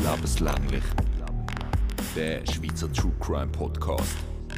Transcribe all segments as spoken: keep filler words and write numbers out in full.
Lebenslänglich. Der Schweizer True Crime Podcast.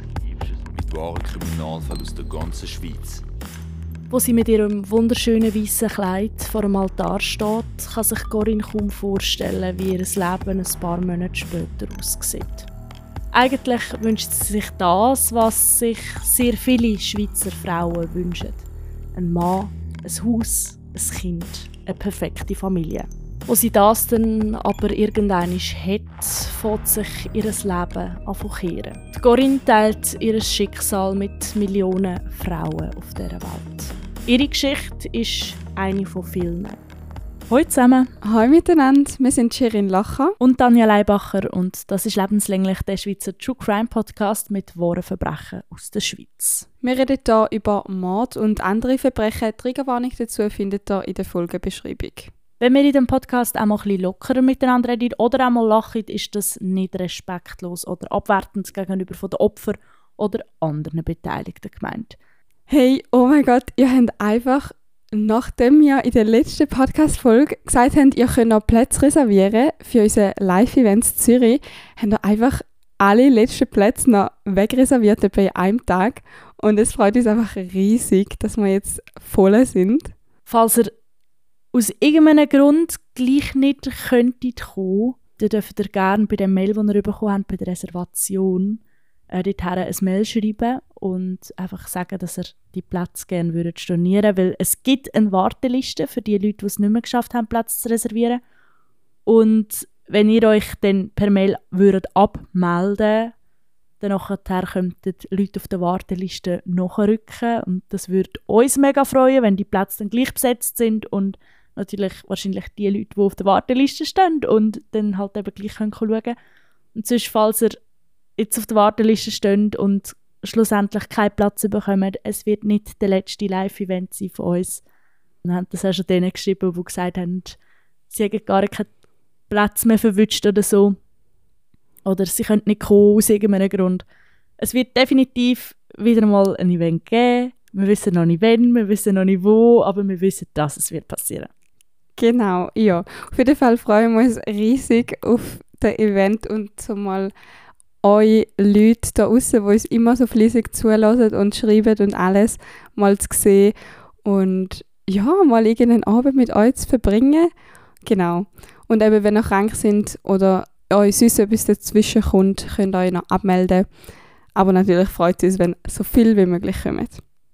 Mit wahren Kriminalfällen aus der ganzen Schweiz. Wo sie mit ihrem wunderschönen weißen Kleid vor dem Altar steht, kann sich Corinne kaum vorstellen, wie ihr Leben ein paar Monate später aussieht. Eigentlich wünscht sie sich das, was sich sehr viele Schweizer Frauen wünschen. Ein Mann, ein Haus, ein Kind, eine perfekte Familie. Wo sie das dann aber irgendwann hat, fängt sich ihr Leben an zu kehren. Corinne teilt ihr Schicksal mit Millionen Frauen auf dieser Welt. Ihre Geschichte ist eine von vielen. Hallo zusammen. Hallo miteinander, wir sind Shirin Lacher und Tanja Leibacher und das ist lebenslänglich der Schweizer True Crime Podcast mit wahren Verbrechen aus der Schweiz. Wir reden hier über Mord und andere Verbrechen. Die Triggerwarnung dazu findet ihr in der Folgenbeschreibung. Wenn wir in dem Podcast auch mal ein bisschen lockerer miteinander reden oder auch mal lachen, ist das nicht respektlos oder abwertend gegenüber von den Opfern oder anderen Beteiligten gemeint. Hey, oh mein Gott, ihr habt einfach, nachdem wir in der letzten Podcast-Folge gesagt haben, ihr könnt noch Plätze reservieren für unsere Live-Event in Zürich, habt ihr einfach alle letzten Plätze noch wegreserviert bei einem Tag. Und es freut uns einfach riesig, dass wir jetzt voll sind. Falls ihr aus irgendeinem Grund gleich nicht könntet kommen, dann dürft ihr gerne bei dem Mail, das ihr bekommen habt, bei der Reservation, äh, dorthin ein Mail schreiben und einfach sagen, dass ihr die Plätze gerne würdet stornieren, weil es gibt eine Warteliste für die Leute, die es nicht mehr geschafft haben, Plätze zu reservieren. Und wenn ihr euch dann per Mail würdet abmelden, dann nachher könnten Leute auf der Warteliste nachrücken und das würde uns mega freuen, wenn die Plätze dann gleich besetzt sind und natürlich wahrscheinlich die Leute, die auf der Warteliste stehen und dann halt eben gleich schauen können. Und sonst, falls ihr jetzt auf der Warteliste steht und schlussendlich keinen Platz bekommt, es wird nicht der letzte Live-Event sein von uns. Wir haben das auch schon denen geschrieben, die gesagt haben, sie hätten gar keinen Platz mehr verwünscht oder so. Oder sie können nicht kommen aus irgendeinem Grund. Es wird definitiv wieder mal ein Event geben. Wir wissen noch nicht wann, wir wissen noch nicht wo, aber wir wissen, dass es wird passieren. Genau, ja. Auf jeden Fall freuen wir uns riesig auf das Event und so mal euch Leute da draussen, die uns immer so fleissig zuhören und schreiben und alles, mal zu sehen und ja, mal irgendeinen Abend mit euch zu verbringen. Genau. Und eben, wenn ihr krank sind oder euch sonst etwas dazwischen kommt, könnt ihr euch noch abmelden. Aber natürlich freut es uns, wenn so viel wie möglich kommt.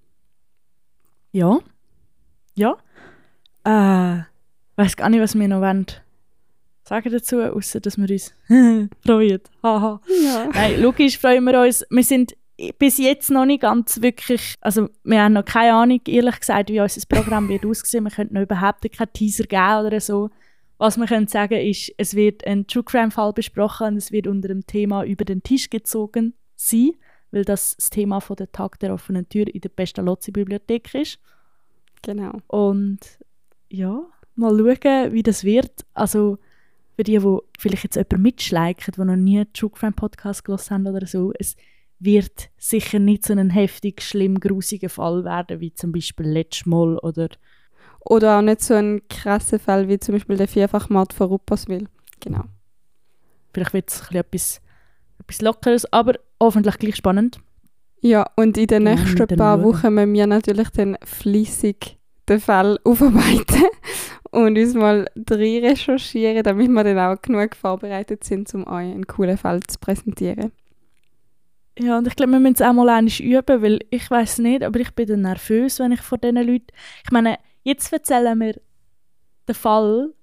Ja. Ja. Äh, ich weiss gar nicht, was wir noch wollen sagen dazu, außer dass wir uns freuen. Haha. Ja. Nein, logisch freuen wir uns. Wir sind bis jetzt noch nicht ganz wirklich, also wir haben noch keine Ahnung, ehrlich gesagt, wie unser Programm wird aussehen. Wir können noch überhaupt keinen Teaser geben oder so. Was wir können sagen ist, es wird ein True Crime Fall besprochen und es wird unter dem Thema über den Tisch gezogen sein, weil das das Thema von der Tag der offenen Tür in der Pestalozzi-Bibliothek ist. Genau. Und ja, mal schauen, wie das wird. Also für die, die vielleicht jetzt jemanden mitschleichen, die noch nie einen True Crime Podcast gehört haben oder so, es wird sicher nicht so ein heftig, schlimm, grusiger Fall werden, wie zum Beispiel letztes Mal oder Oder auch nicht so ein krasser Fall wie zum Beispiel der Vierfachmord von Rupperswil. Genau. Vielleicht wird es etwas, etwas Lockeres, aber hoffentlich gleich spannend. Ja, und in den nächsten ja, paar schauen. Wochen müssen wir natürlich dann fleissig den Fall aufarbeiten und uns mal rein recherchieren, damit wir dann auch genug vorbereitet sind, um euch einen coolen Fall zu präsentieren. Ja, und ich glaube, wir müssen es auch mal einmal üben, weil ich weiss nicht, aber ich bin dann nervös, wenn ich vor diesen Leuten... Ich meine, jetzt erzählen wir den Fall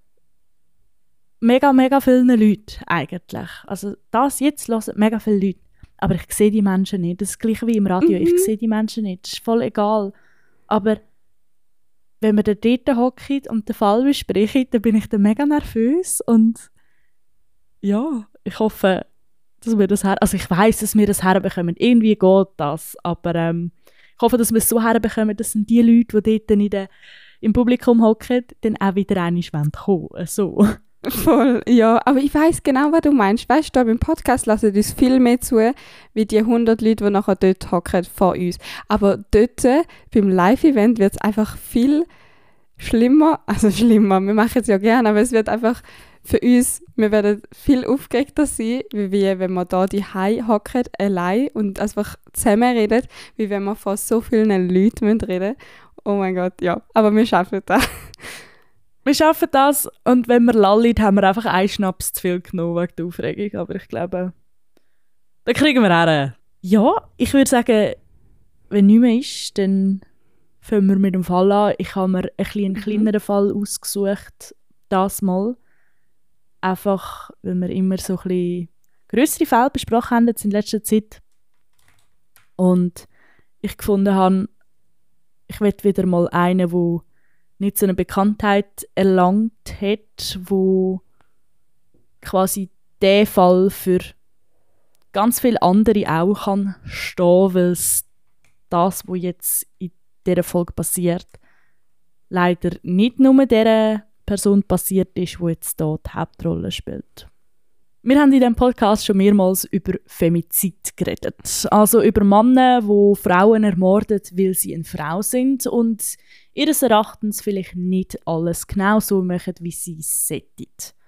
mega, mega vielen Leuten eigentlich. Also das jetzt hören mega viele Leute. Aber ich sehe die Menschen nicht. Das ist gleich wie im Radio. Mhm. Ich sehe die Menschen nicht. Das ist voll egal. Aber wenn wir dann dort hocken und den Fall besprechen, dann bin ich dann mega nervös. Und ja, ich hoffe, dass wir das her... Also ich weiss, dass wir das herbekommen. Irgendwie geht das. Aber ähm, ich hoffe, dass wir es so herbekommen, dass sind die Leute, die dort in der im Publikum hocken, dann auch wieder einmal kommen wollen. So. Voll, ja. Aber ich weiss genau, was du meinst. Weißt du, beim Podcast lassen uns viel mehr zu, wie die hundert Leute, die nachher dort hocken vor uns. Aber dort, beim Live-Event, wird es einfach viel schlimmer, also schlimmer, wir machen es ja gerne, aber es wird einfach für uns, wir werden viel aufgeregter sein, wie wenn wir da die Hause hocken, allein und einfach zusammen reden, wie wenn wir vor so vielen Leuten reden müssen. Oh mein Gott, ja, aber wir schaffen das. Wir schaffen das und wenn wir lallen, haben wir einfach einen Schnaps zu viel genommen wegen der Aufregung, aber ich glaube, da kriegen wir her. Ja, ich würde sagen, wenn nichts mehr ist, dann fangen wir mit dem Fall an. Ich habe mir ein bisschen einen kleineren Fall ausgesucht, das Mal. Einfach, weil wir immer so ein bisschen grössere Fälle besprochen haben jetzt in letzter Zeit. Und ich gefunden habe, ich will wieder mal einen, der nicht so eine Bekanntheit erlangt hat, wo quasi der Fall für ganz viele andere auch kann stehen, weil es das, was jetzt in dieser Folge passiert, leider nicht nur dieser Person passiert ist, die jetzt hier die Hauptrolle spielt. Wir haben in diesem Podcast schon mehrmals über Femizid geredet. Also über Männer, die Frauen ermorden, weil sie eine Frau sind und ihres Erachtens vielleicht nicht alles genau so machen, wie sie es sollten.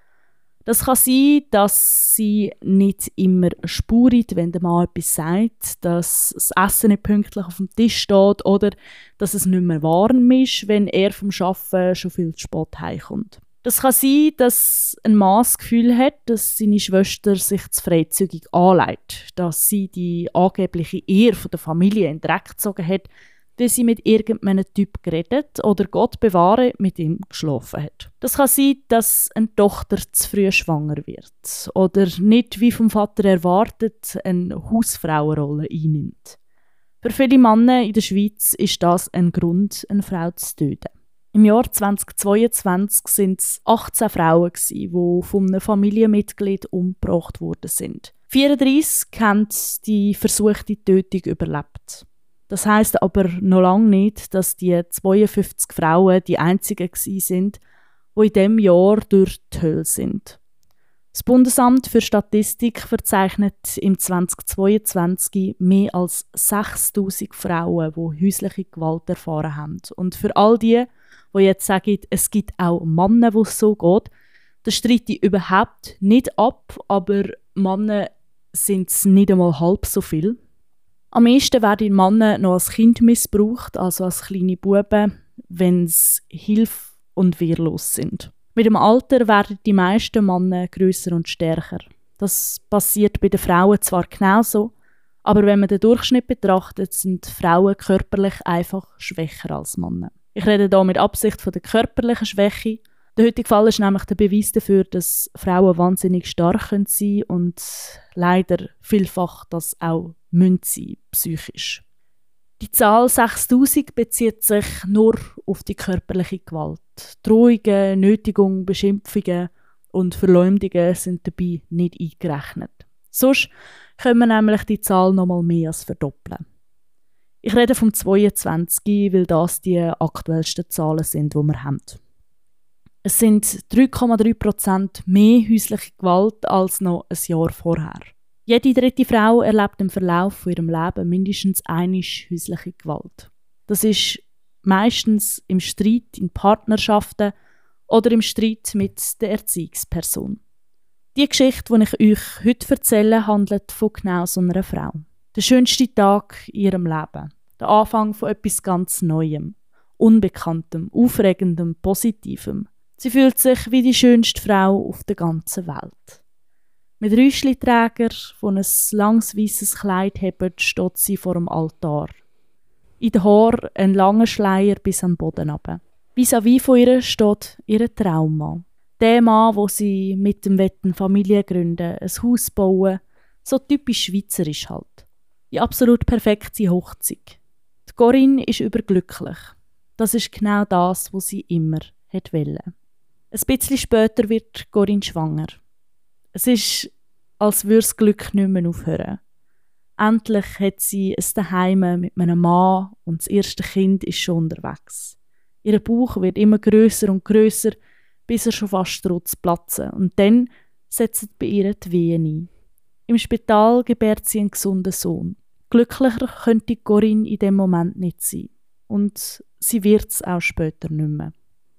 Das kann sein, dass sie nicht immer spuren, wenn der Mann etwas sagt, dass das Essen nicht pünktlich auf dem Tisch steht oder dass es nicht mehr warm ist, wenn er vom Arbeiten schon viel zu spät heimkommt. Das kann sein, dass ein Mann das Gefühl hat, dass seine Schwester sich zu freizügig anlegt, dass sie die angebliche Ehre der Familie in den Dreck gezogen hat, weil sie mit irgendeinem Typ geredet oder Gott bewahre mit ihm geschlafen hat. Das kann sein, dass eine Tochter zu früh schwanger wird oder nicht wie vom Vater erwartet eine Hausfrauenrolle einnimmt. Für viele Männer in der Schweiz ist das ein Grund, eine Frau zu töten. Im Jahr zweitausendzweiundzwanzig waren es achtzehn Frauen, die von einem Familienmitglied umgebracht worden sind. vierunddreissig haben die versuchte Tötung überlebt. Das heisst aber noch lange nicht, dass die zweiundfünfzig Frauen die einzigen waren, die in diesem Jahr durch die Hölle sind. Das Bundesamt für Statistik verzeichnet im zweitausendzweiundzwanzig mehr als sechstausend Frauen, die häusliche Gewalt erfahren haben. Und für all die, die jetzt sagen, es gibt auch Männer, wo es so geht, das streite ich überhaupt nicht ab, aber Männer sind es nicht einmal halb so viel. Am meisten werden Männer noch als Kind missbraucht, also als kleine Buben, wenn sie hilf- und wehrlos sind. Mit dem Alter werden die meisten Männer grösser und stärker. Das passiert bei den Frauen zwar genauso, aber wenn man den Durchschnitt betrachtet, sind Frauen körperlich einfach schwächer als Männer. Ich rede hier mit Absicht von der körperlichen Schwäche. Der heutige Fall ist nämlich der Beweis dafür, dass Frauen wahnsinnig stark sein können und leider vielfach das auch müssen sein, psychisch. Die Zahl sechstausend bezieht sich nur auf die körperliche Gewalt. Drohungen, Nötigungen, Beschimpfungen und Verleumdungen sind dabei nicht eingerechnet. Sonst können wir nämlich die Zahl noch mal mehr als verdoppeln. Ich rede vom zweiundzwanzig, weil das die aktuellsten Zahlen sind, die wir haben. Es sind drei Komma drei Prozent mehr häusliche Gewalt als noch ein Jahr vorher. Jede dritte Frau erlebt im Verlauf von ihrem Leben mindestens einmal häusliche Gewalt. Das ist meistens im Streit in Partnerschaften oder im Streit mit der Erziehungsperson. Die Geschichte, die ich euch heute erzähle, handelt von genau so einer Frau. Der schönste Tag in ihrem Leben. Der Anfang von etwas ganz Neuem, Unbekanntem, Aufregendem, Positivem. Sie fühlt sich wie die schönste Frau auf der ganzen Welt. Mit Rüschli-Träger, die ein langes weisses Kleid haben, steht sie vor dem Altar. In den Haaren ein langer Schleier bis an den Boden runter. Vis-à-vis von ihr steht ihr Traummann. Der Mann, wo sie mit dem Wetten Familie gründen, ein Haus bauen, so typisch schweizerisch halt. Die absolut perfekte Hochzeit. Die Corinne ist überglücklich. Das ist genau das, was sie immer wollte. Ein bisschen später wird Corinne schwanger. Es ist, als würde das Glück nicht mehr aufhören. Endlich hat sie ein Zuhause mit einem Mann und das erste Kind ist schon unterwegs. Ihr Bauch wird immer grösser und grösser, bis er schon fast droht zu platzen. Und dann setzen bei ihr die Wehen ein. Im Spital gebärt sie einen gesunden Sohn. Glücklicher könnte Corinne in dem Moment nicht sein. Und sie wird es auch später nicht mehr.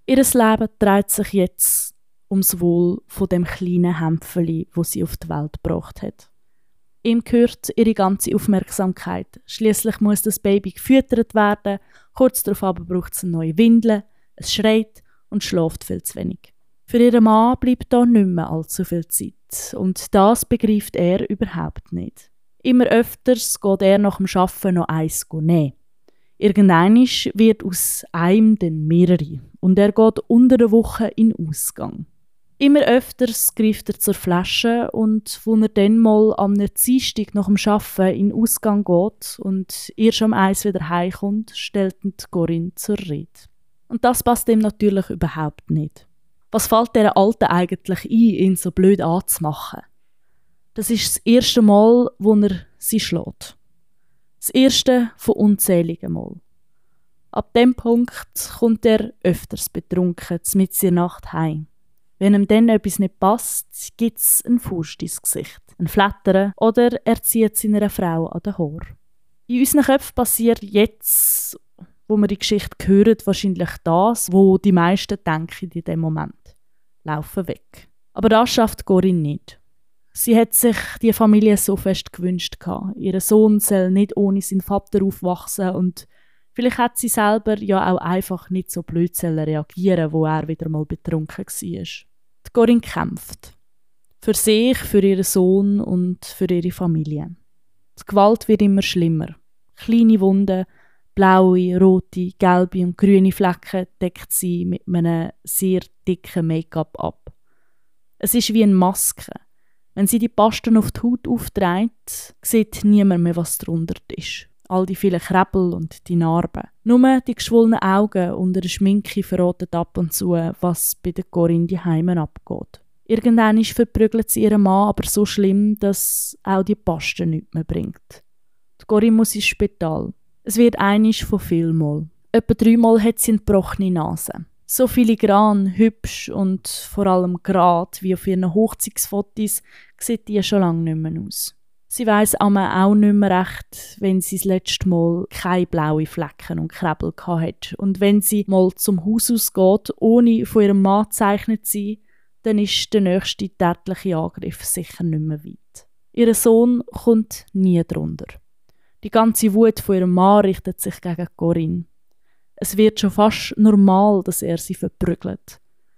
Ihr Leben dreht sich jetzt ums Wohl von dem kleinen Hämpfeli, wo sie auf die Welt gebracht hat. Ihm gehört ihre ganze Aufmerksamkeit. Schließlich muss das Baby gefüttert werden, kurz darauf aber braucht es eine neue Windel, es schreit und schläft viel zu wenig. Für ihren Mann bleibt da nicht mehr allzu viel Zeit und das begreift er überhaupt nicht. Immer öfters geht er nach dem Arbeiten noch eins nehmen. Irgendwann wird aus einem dann mehrere und er geht unter der Woche in den Ausgang. Immer öfters greift er zur Flasche und wo er dann mal am Dienstag nach dem Arbeiten in den Ausgang geht und erst am eins wieder heimkommt, stellt ihn Corinne zur Rede. Und das passt ihm natürlich überhaupt nicht. Was fällt dieser Alten eigentlich ein, ihn so blöd anzumachen? Das ist das erste Mal, wo er sie schlägt. Das erste von unzähligen Mal. Ab dem Punkt kommt er öfters betrunken mit seiner Nacht heim. Wenn ihm dann etwas nicht passt, gibt es einen Faust ins Gesicht, ein Flattern oder er zieht seiner Frau an den Haar. In unseren Köpfen passiert jetzt, wo wir die Geschichte hören, wahrscheinlich das, wo die meisten denken in dem Moment. Laufen weg. Aber das schafft Corinne nicht. Sie hat sich die Familie so fest gewünscht. Ihr Sohn soll nicht ohne seinen Vater aufwachsen und vielleicht hat sie selber ja auch einfach nicht so blöd reagieren, wo er wieder mal betrunken war. Die Corinne kämpft. Für sich, für ihren Sohn und für ihre Familie. Die Gewalt wird immer schlimmer. Kleine Wunden, blaue, rote, gelbe und grüne Flecken deckt sie mit einem sehr dicken Make-up ab. Es ist wie eine Maske. Wenn sie die Pasten auf die Haut aufträgt, sieht niemand mehr, was darunter ist. All die vielen Krebel und die Narben. Nur die geschwollenen Augen unter der Schminke verraten ab und zu, was bei der Corinne die Heimen abgeht. Irgendwann verprügelt sie ihren Mann aber so schlimm, dass auch die Paste nichts mehr bringt. Die Corinne muss ins Spital. Es wird einisch von vielmal. Etwa dreimal hat sie eine gebrochene Nase. So filigran, hübsch und vor allem gerade wie auf ihren Hochzeitsfotos sieht die schon lange nicht mehr aus. Sie weiss aber auch nicht mehr recht, wenn sie das letzte Mal keine blauen Flecken und Krebel hatte. Und wenn sie mal zum Haus ausgeht, ohne von ihrem Mann gezeichnet zu sein, dann ist der nächste tätliche Angriff sicher nicht mehr weit. Ihr Sohn kommt nie drunter. Die ganze Wut von ihrem Mann richtet sich gegen Corinne. Es wird schon fast normal, dass er sie verprügelt.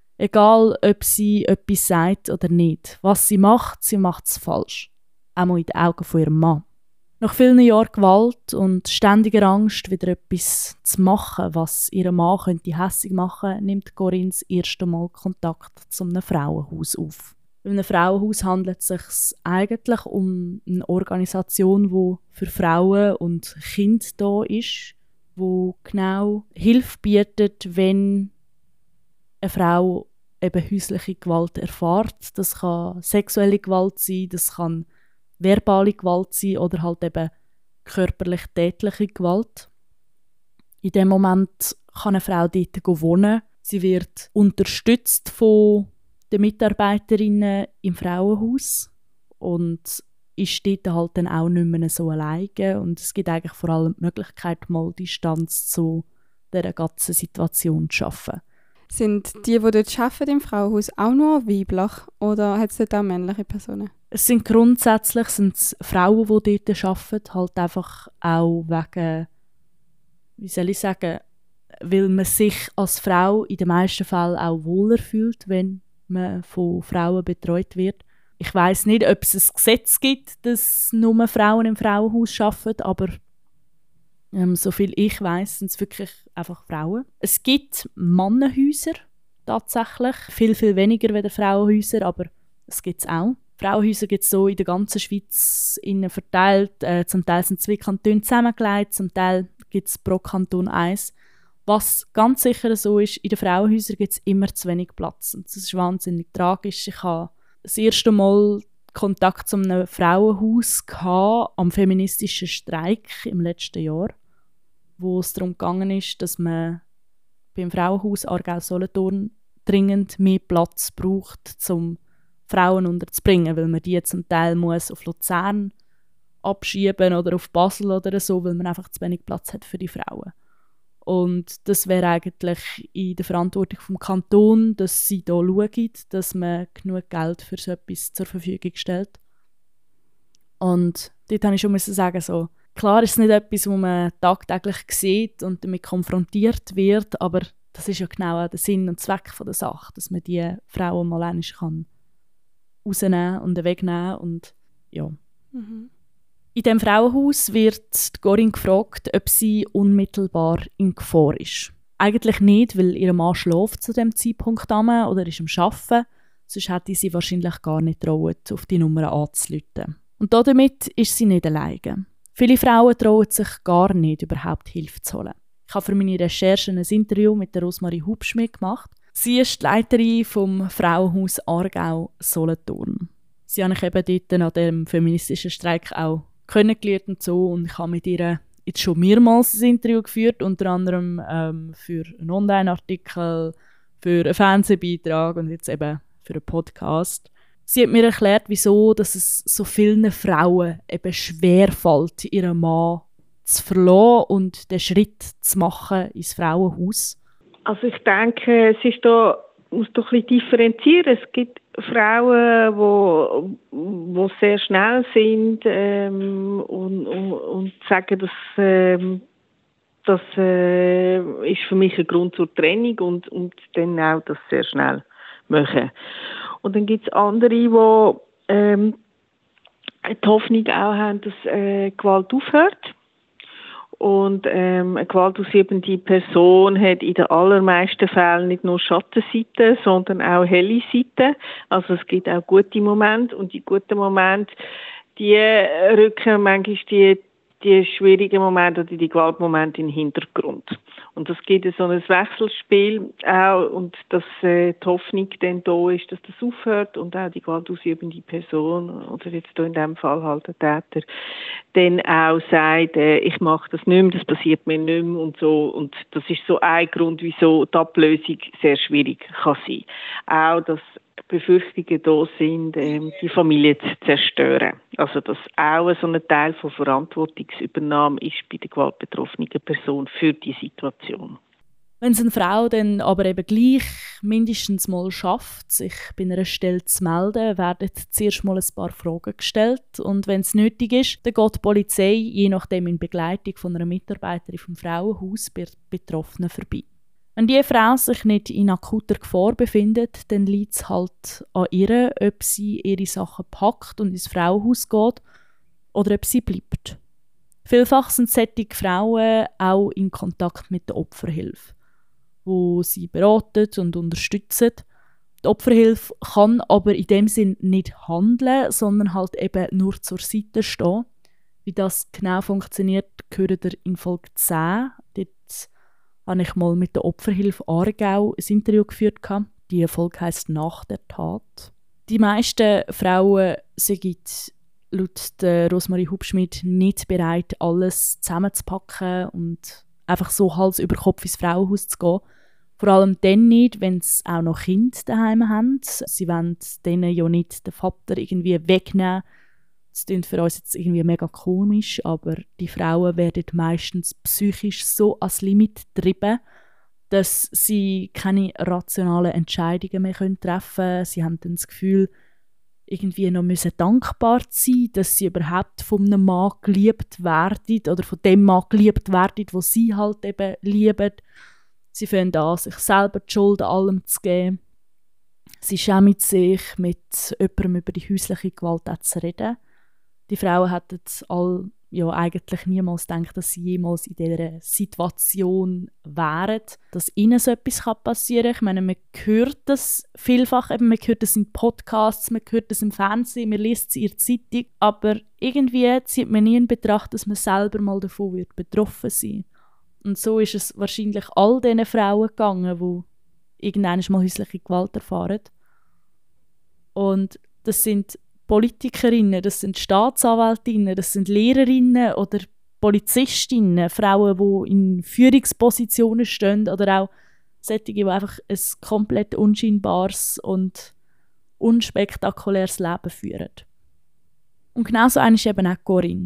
Egal, ob sie etwas sagt oder nicht. Was sie macht, sie macht es falsch. Auch in den Augen von ihrem Mann. Nach vielen Jahren Gewalt und ständiger Angst, wieder etwas zu machen, was ihren Mann könnte hässig machen, nimmt Corinne das erste Mal Kontakt zu einem Frauenhaus auf. In einem Frauenhaus handelt es sich eigentlich um eine Organisation, die für Frauen und Kinder da ist, wo genau Hilfe bietet, wenn eine Frau eben häusliche Gewalt erfährt. Das kann sexuelle Gewalt sein, das kann verbale Gewalt sein oder halt eben körperlich tätliche Gewalt. In dem Moment kann eine Frau dort wohnen. Sie wird unterstützt von den Mitarbeiterinnen im Frauenhaus und ist dort halt dann auch nicht mehr so alleine. Und es gibt eigentlich vor allem die Möglichkeit, mal Distanz zu dieser ganzen Situation zu schaffen. Sind die, die dort arbeiten im Frauenhaus, auch nur weiblich oder hat es dort auch männliche Personen? Es sind grundsätzlich sind's Frauen, die dort arbeiten, halt einfach auch wegen, wie soll ich sagen, weil man sich als Frau in den meisten Fällen auch wohler fühlt, wenn man von Frauen betreut wird. Ich weiss nicht, ob es ein Gesetz gibt, dass nur Frauen im Frauenhaus arbeiten, aber ähm, soviel ich weiss, sind es wirklich einfach Frauen. Es gibt Mannenhäuser tatsächlich, viel, viel weniger als Frauenhäuser, aber es gibt es auch. Frauenhäuser gibt es so in der ganzen Schweiz innen verteilt. Äh, zum Teil sind zwei Kantone zusammengelegt, zum Teil gibt es pro Kanton eins. Was ganz sicher so ist, in den Frauenhäusern gibt es immer zu wenig Platz. Und das ist wahnsinnig tragisch. Ich habe das erste Mal Kontakt zu einem Frauenhaus gehabt, am feministischen Streik im letzten Jahr, wo es darum gegangen ist, dass man beim Frauenhaus Aargau-Solothurn dringend mehr Platz braucht, um Frauen unterzubringen, weil man die zum Teil muss auf Luzern abschieben oder auf Basel oder so, weil man einfach zu wenig Platz hat für die Frauen. Und das wäre eigentlich in der Verantwortung vom Kanton, dass sie da schauen, dass man genug Geld für so etwas zur Verfügung stellt. Und dort musste ich schon sagen, so, klar ist es nicht etwas, wo man tagtäglich sieht und damit konfrontiert wird, aber das ist ja genau auch der Sinn und Zweck von der Sache, dass man die Frauen mal einmal kann rausnehmen und wegnehmen und ja. Mhm. In diesem Frauenhaus wird Corinne gefragt, ob sie unmittelbar in Gefahr ist. Eigentlich nicht, weil ihr Mann schläft zu dem Zeitpunkt an oder ist am Arbeiten. Sonst hätte sie wahrscheinlich gar nicht getraut, auf die Nummer anzurufen. Und damit ist sie nicht alleine. Viele Frauen trauen sich gar nicht, überhaupt Hilfe zu holen. Ich habe für meine Recherchen ein Interview mit der Rosmarie Hubschmid gemacht. Sie ist die Leiterin vom Frauenhaus Aargau-Solothurn. Sie habe ich eben dort an dem feministischen Streik auch kennengelernt und so. Und ich habe mit ihr jetzt schon mehrmals ein Interview geführt, unter anderem ähm, für einen Online-Artikel, für einen Fernsehbeitrag und jetzt eben für einen Podcast. Sie hat mir erklärt, wieso dass es so vielen Frauen eben schwerfällt, ihren Mann zu verlassen und den Schritt zu machen ins Frauenhaus. Also ich denke, es ist da, muss doch ein bisschen differenzieren. Es gibt Frauen, wo, wo sehr schnell sind ähm, und, und, und sagen, dass ähm, das äh, ist für mich ein Grund zur Trennung und, und dann auch das sehr schnell machen. Und dann gibt es andere, die ähm, die Hoffnung auch haben, dass äh, Gewalt aufhört. Und ähm, eine gewaltausübende Person hat in den allermeisten Fällen nicht nur Schattenseiten, sondern auch helle Seiten. Also es gibt auch gute Momente und die guten Momente, die rücken manchmal die, die schwierigen Momente oder die Gewaltmomente in den Hintergrund. Und das gibt so ein Wechselspiel auch und dass äh, die Hoffnung dann da ist, dass das aufhört und auch die gewaltausübende Person oder jetzt hier in diesem Fall halt der Täter dann auch sagt, äh, ich mache das nicht mehr, das passiert mir nicht mehr und so. Und das ist so ein Grund, wieso die Ablösung sehr schwierig kann sein. Auch, dass Befürchtungen da sind, ähm, die Familie zu zerstören. Also, dass auch so ein Teil von Verantwortungsübernahme ist bei der gewaltbetroffenen Person für die Situation. Wenn es eine Frau dann aber eben gleich mindestens mal schafft, sich bei einer Stelle zu melden, werden zuerst mal ein paar Fragen gestellt. Und wenn es nötig ist, dann geht die Polizei, je nachdem in Begleitung von einer Mitarbeiterin vom Frauenhaus, bei Betroffenen vorbei. Wenn die Frau sich nicht in akuter Gefahr befindet, dann liegt es halt an ihr, ob sie ihre Sachen packt und ins Frauenhaus geht oder ob sie bleibt. Vielfach sind solche Frauen auch in Kontakt mit der Opferhilfe, wo sie beraten und unterstützen. Die Opferhilfe kann aber in dem Sinn nicht handeln, sondern halt eben nur zur Seite stehen. Wie das genau funktioniert, gehört ihr in Folge zehn. Dort habe ich mal mit der Opferhilfe Aargau ein Interview geführt. Die Folge heisst «Nach der Tat». Die meisten Frauen sind laut der Rosmarie Hubschmid nicht bereit, alles zusammenzupacken und einfach so Hals über Kopf ins Frauenhaus zu gehen. Vor allem dann nicht, wenn sie auch noch Kinder daheim haben. Sie wollen denen ja nicht den Vater irgendwie wegnehmen. Das klingt für uns jetzt irgendwie mega komisch, aber die Frauen werden meistens psychisch so ans Limit getrieben, dass sie keine rationalen Entscheidungen mehr treffen können. Sie haben dann das Gefühl, irgendwie noch müssen dankbar sein, dass sie überhaupt von einem Mann geliebt werden oder von dem Mann geliebt werden, wo sie halt eben lieben. Sie fangen an, sich selber die Schuld an allem zu geben. Sie schämen sich, mit jemandem über die häusliche Gewalt zu reden. Die Frauen hätten all, ja, eigentlich niemals gedacht, dass sie jemals in dieser Situation wären, dass ihnen so etwas passieren kann. Ich meine, man hört das vielfach, eben, man hört das in Podcasts, man hört das im Fernsehen, man liest es in der Zeitung, aber irgendwie zieht man nie in Betracht, dass man selber mal davon wird betroffen sein. Und so ist es wahrscheinlich all diesen Frauen gegangen, die irgendwann mal häusliche Gewalt erfahren. Und das sind Politikerinnen, das sind Staatsanwältinnen, das sind Lehrerinnen oder Polizistinnen, Frauen, die in Führungspositionen stehen oder auch solche, die einfach ein komplett unscheinbares und unspektakuläres Leben führen. Und genauso eine ist eben auch Corinne.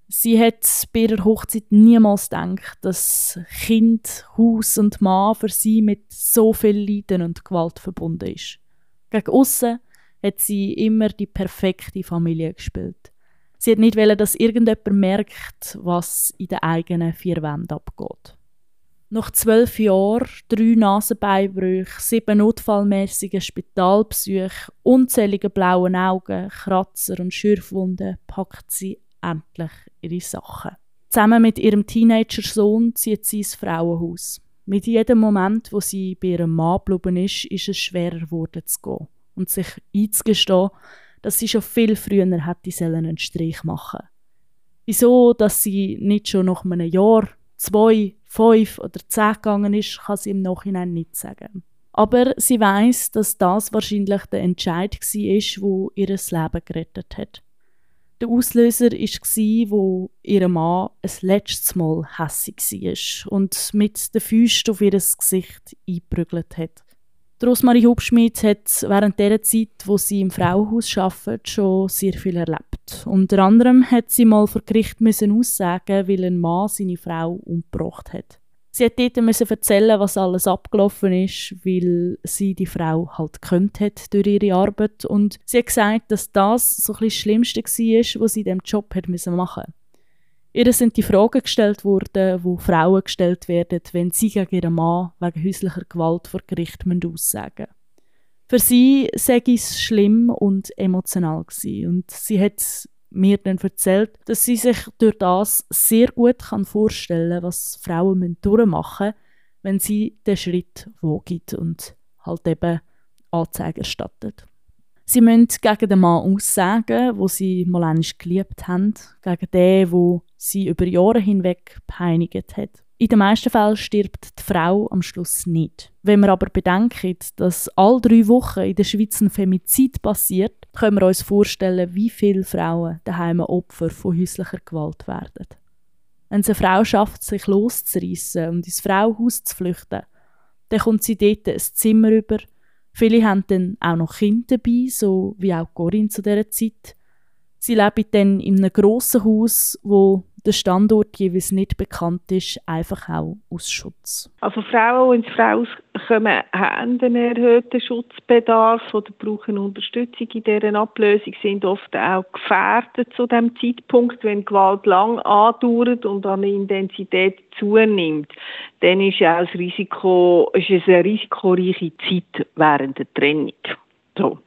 Sie hat bei ihrer Hochzeit niemals gedacht, dass Kind, Haus und Mann für sie mit so viel Leiden und Gewalt verbunden ist. Gegen aussen hat sie immer die perfekte Familie gespielt. Sie hat nicht wollen, dass irgendjemand merkt, was in den eigenen vier Wänden abgeht. Nach zwölf Jahren, drei Nasenbeinbrüche, sieben notfallmäßigen Spitalbesuchen, unzähligen blauen Augen, Kratzer und Schürfwunden packt sie endlich ihre Sachen. Zusammen mit ihrem Teenager-Sohn zieht sie ins Frauenhaus. Mit jedem Moment, wo sie bei ihrem Mann geblieben ist, ist es schwerer geworden zu gehen und sich einzugestehen, dass sie schon viel früher hätte einen Strich machen sollen. Wieso, dass sie nicht schon nach einem Jahr, zwei, fünf oder zehn gegangen ist, kann sie im Nachhinein nicht sagen. Aber sie weiss, dass das wahrscheinlich der Entscheid war, wo ihr Leben gerettet hat. Der Auslöser war, wo ihr Mann ein letztes Mal hässig war und mit den Füßen auf ihr Gesicht eingeprügelt hat. Rosmarie Hubschmid hat während der Zeit, wo sie im Frauenhaus arbeitet, schon sehr viel erlebt. Unter anderem hat sie mal vor Gericht müssen aussagen, weil ein Mann seine Frau umgebracht hat. Sie hat dort müssen erzählen, was alles abgelaufen ist, weil sie die Frau halt gekannt hat durch ihre Arbeit. Und sie hat gesagt, dass das so ein bisschen das Schlimmste war, was sie in diesem Job hat müssen machen musste. Ihr sind die Fragen gestellt worden, die Frauen gestellt werden, wenn sie gegen ihren Mann wegen häuslicher Gewalt vor Gericht aussagen müssen. Für sie sei es schlimm und emotional gewesen. Und sie hat mir dann erzählt, dass sie sich durch das sehr gut vorstellen kann, was Frauen durchmachen müssen, wenn sie den Schritt wagen und halt eben Anzeige erstattet. Sie müssen gegen den Mann aussagen, wo sie mal einmal geliebt haben, gegen den, wo sie über Jahre hinweg peinigt hat. In den meisten Fällen stirbt die Frau am Schluss nicht. Wenn wir aber bedenken, dass alle drei Wochen in der Schweiz ein Femizid passiert, können wir uns vorstellen, wie viele Frauen daheim Opfer von häuslicher Gewalt werden. Wenn es eine Frau schafft, sich loszureissen und ins Frauenhaus zu flüchten, dann kommt sie dort ein Zimmer über. Viele haben dann auch noch Kinder dabei, so wie auch Corinne zu dieser Zeit. Sie leben dann in einem grossen Haus, wo der Standort jeweils nicht bekannt ist, einfach auch aus Schutz. Also Frauen, die ins Frauenhaus kommen, haben einen erhöhten Schutzbedarf oder brauchen Unterstützung in deren Ablösung, sind oft auch gefährdet zu dem Zeitpunkt, wenn Gewalt lang andauert und an der Intensität zunimmt. Dann ist ja auch das Risiko, ist es eine risikoreiche Zeit während der Trennung. So.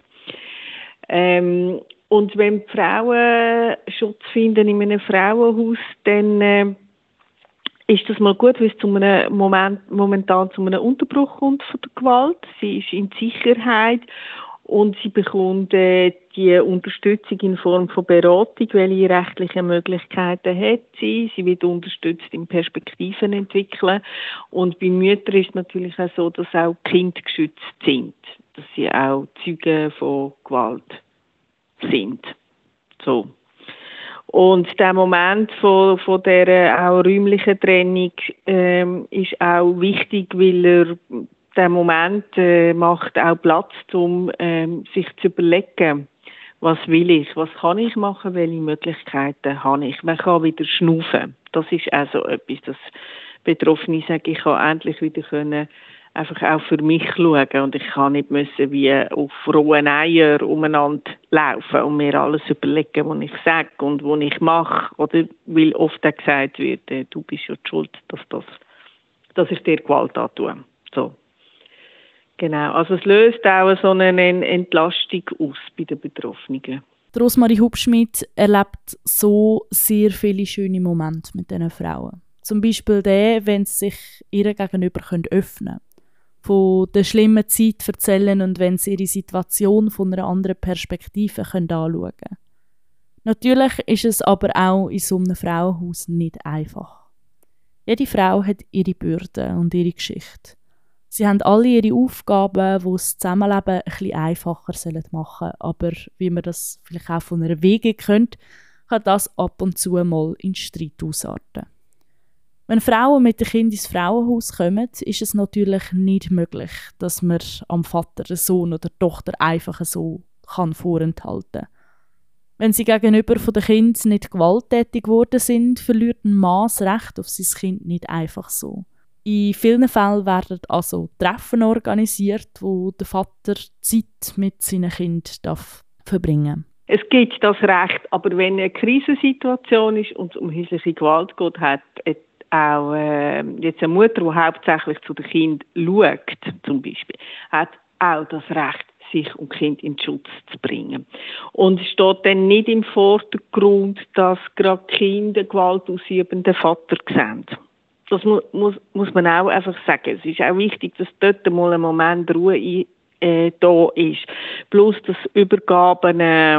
Ähm, Und wenn die Frauen Schutz finden in einem Frauenhaus, dann äh, ist das mal gut, weil es zu einem Moment, momentan zu einem Unterbruch kommt von der Gewalt. Sie ist in Sicherheit und sie bekommt äh, die Unterstützung in Form von Beratung, welche rechtliche Möglichkeiten hat sie. Sie wird unterstützt in Perspektiven entwickeln. Und bei Müttern ist es natürlich auch so, dass auch Kinder geschützt sind, dass sie auch Zeugen von Gewalt sind. So. Und der Moment von, von dieser auch räumlichen Trennung ähm, ist auch wichtig, weil er der Moment äh, macht auch Platz, um ähm, sich zu überlegen, was will ich, was kann ich machen, welche Möglichkeiten habe ich. Man kann wieder schnaufen. Das ist auch so etwas, dass Betroffene sagen, ich kann endlich wieder können einfach auch für mich schauen und ich kann nicht müssen wie auf rohen Eier umeinander laufen und mir alles überlegen, was ich sage und was ich mache, oder weil oft auch gesagt wird, äh, du bist ja die schuld, dass, das, dass ich dir Gewalt antue. So. Genau, also es löst auch so eine Entlastung aus bei den Betroffenen. Rosmarie Hubschmid erlebt so sehr viele schöne Momente mit diesen Frauen. Zum Beispiel der, wenn sie sich ihr gegenüber öffnen können. Von der schlimmen Zeit erzählen und wenn sie ihre Situation von einer anderen Perspektive anschauen können. Natürlich ist es aber auch in so einem Frauenhaus nicht einfach. Jede Frau hat ihre Bürden und ihre Geschichte. Sie haben alle ihre Aufgaben, die das Zusammenleben ein bisschen einfacher machen sollen. Aber wie man das vielleicht auch von einer Wege kennt, kann das ab und zu mal in Streit ausarten. Wenn Frauen mit den Kindern ins Frauenhaus kommen, ist es natürlich nicht möglich, dass man am Vater, den Sohn oder die Tochter einfach so kann vorenthalten kann. Wenn sie gegenüber von den Kindern nicht gewalttätig geworden sind, verliert ein Mann das Recht auf sein Kind nicht einfach so. In vielen Fällen werden also Treffen organisiert, wo der Vater Zeit mit seinen Kindern darf verbringen darf. Es gibt das Recht, aber wenn eine Krisensituation ist und es um häusliche Gewalt geht, hat auch äh, jetzt eine Mutter, die hauptsächlich zu den Kindern schaut, zum Beispiel, hat auch das Recht, sich um Kind in Schutz zu bringen. Und es steht dann nicht im Vordergrund, dass gerade Kinder Gewalt ausübenden Vater sehen. Das mu- muss, muss man auch einfach sagen. Es ist auch wichtig, dass dort mal ein Moment Ruhe ein, äh, da ist. Plus, dass Übergaben äh,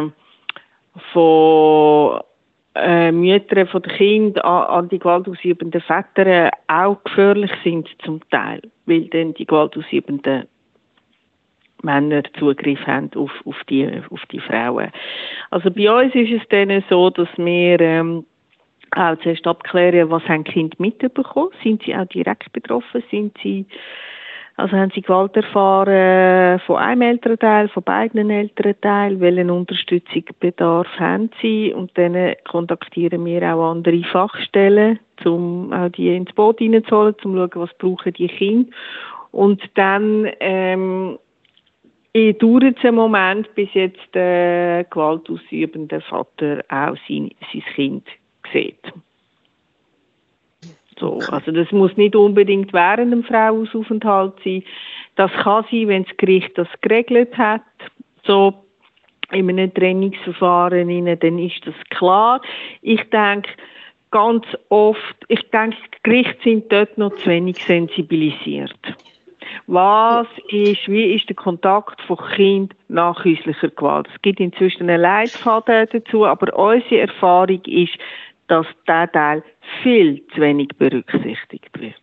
von äh, Müttern von den Kindern an, an die gewaltausübenden Väter äh, auch gefährlich sind zum Teil, weil dann die gewaltausübenden Männer Zugriff haben auf, auf, die, auf die Frauen. Also bei uns ist es dann so, dass wir ähm, auch zuerst abklären, was haben die Kinder mitbekommen. Sind sie auch direkt betroffen? Sind sie, also haben sie Gewalt erfahren von einem Elternteil, von beiden Elternteilen? Welchen Unterstützungsbedarf haben sie? Und dann kontaktieren wir auch andere Fachstellen, um auch die ins Boot hineinzuholen, um zu schauen, was brauchen die Kinder. Und dann ähm, dauert es einen Moment, bis jetzt der gewaltausübende Vater auch sein, sein Kind sieht. So, also das muss nicht unbedingt während dem Frauenaufenthalt sein. Das kann sein, wenn das Gericht das geregelt hat. So in einem Trennungsverfahren, dann ist das klar. Ich denke, ganz oft, ich denke, die Gerichte sind dort noch zu wenig sensibilisiert. Was ist, wie ist der Kontakt von Kind nach häuslicher Gewalt? Es gibt inzwischen einen Leitfaden dazu, aber unsere Erfahrung ist, dass dieser Teil viel zu wenig berücksichtigt wird.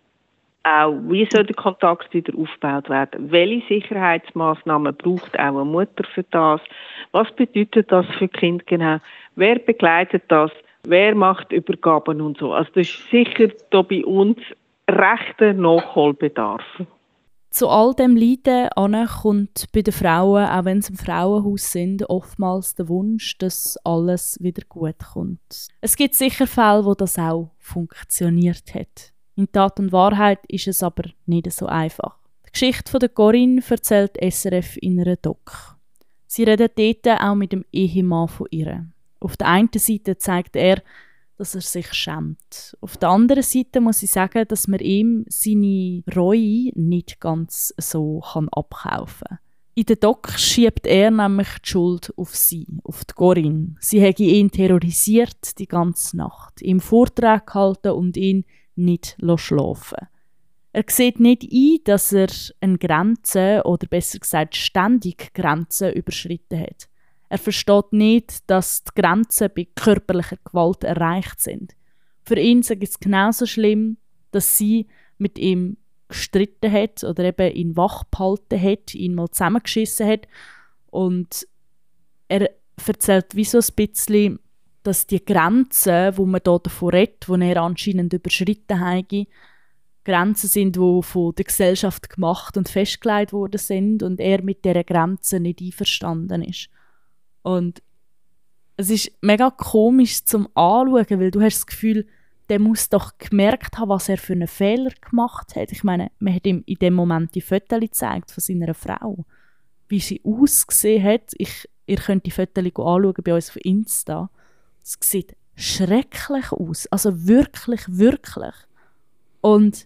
Auch, wie soll der Kontakt wieder aufgebaut werden? Welche Sicherheitsmaßnahmen braucht auch eine Mutter für das? Was bedeutet das für die Kinder genau? Wer begleitet das? Wer macht Übergaben und so? Also das ist sicher da bei uns rechter Nachholbedarf. Zu all dem Leiden an kommt bei den Frauen, auch wenn sie im Frauenhaus sind, oftmals der Wunsch, dass alles wieder gut kommt. Es gibt sicher Fälle, wo das auch funktioniert hat. In Tat und Wahrheit ist es aber nicht so einfach. Die Geschichte von der Corinne erzählt S R F in einer Doc. Sie redet dort auch mit dem Ehemann von ihr. Auf der einen Seite zeigt er, dass er sich schämt. Auf der anderen Seite muss ich sagen, dass man ihm seine Reue nicht ganz so kann abkaufen kann. In der Doc schiebt er nämlich die Schuld auf sie, auf die Corinne. Sie hätte ihn terrorisiert die ganze Nacht, ihm Vorträge gehalten und ihn nicht schlafen. Er sieht nicht ein, dass er eine Grenze, oder besser gesagt ständig Grenzen überschritten hat. Er versteht nicht, dass die Grenzen bei körperlicher Gewalt erreicht sind. Für ihn ist es genauso schlimm, dass sie mit ihm gestritten hat oder eben ihn wach behalten hat, ihn mal zusammengeschissen hat. Und er erzählt wie so ein bisschen, dass die Grenzen, wo man hier davon redet, die er anscheinend überschritten hat, Grenzen sind, die von der Gesellschaft gemacht und festgelegt worden sind und er mit dieser Grenze nicht einverstanden ist. Und es ist mega komisch zum Anschauen, weil du hast das Gefühl, der muss doch gemerkt haben, was er für einen Fehler gemacht hat. Ich meine, man hat ihm in dem Moment die Fotos gezeigt von seiner Frau, wie sie ausgesehen hat. Ich, ihr könnt die Fotos anschauen bei uns auf Insta. Es sieht schrecklich aus, also wirklich, wirklich. Und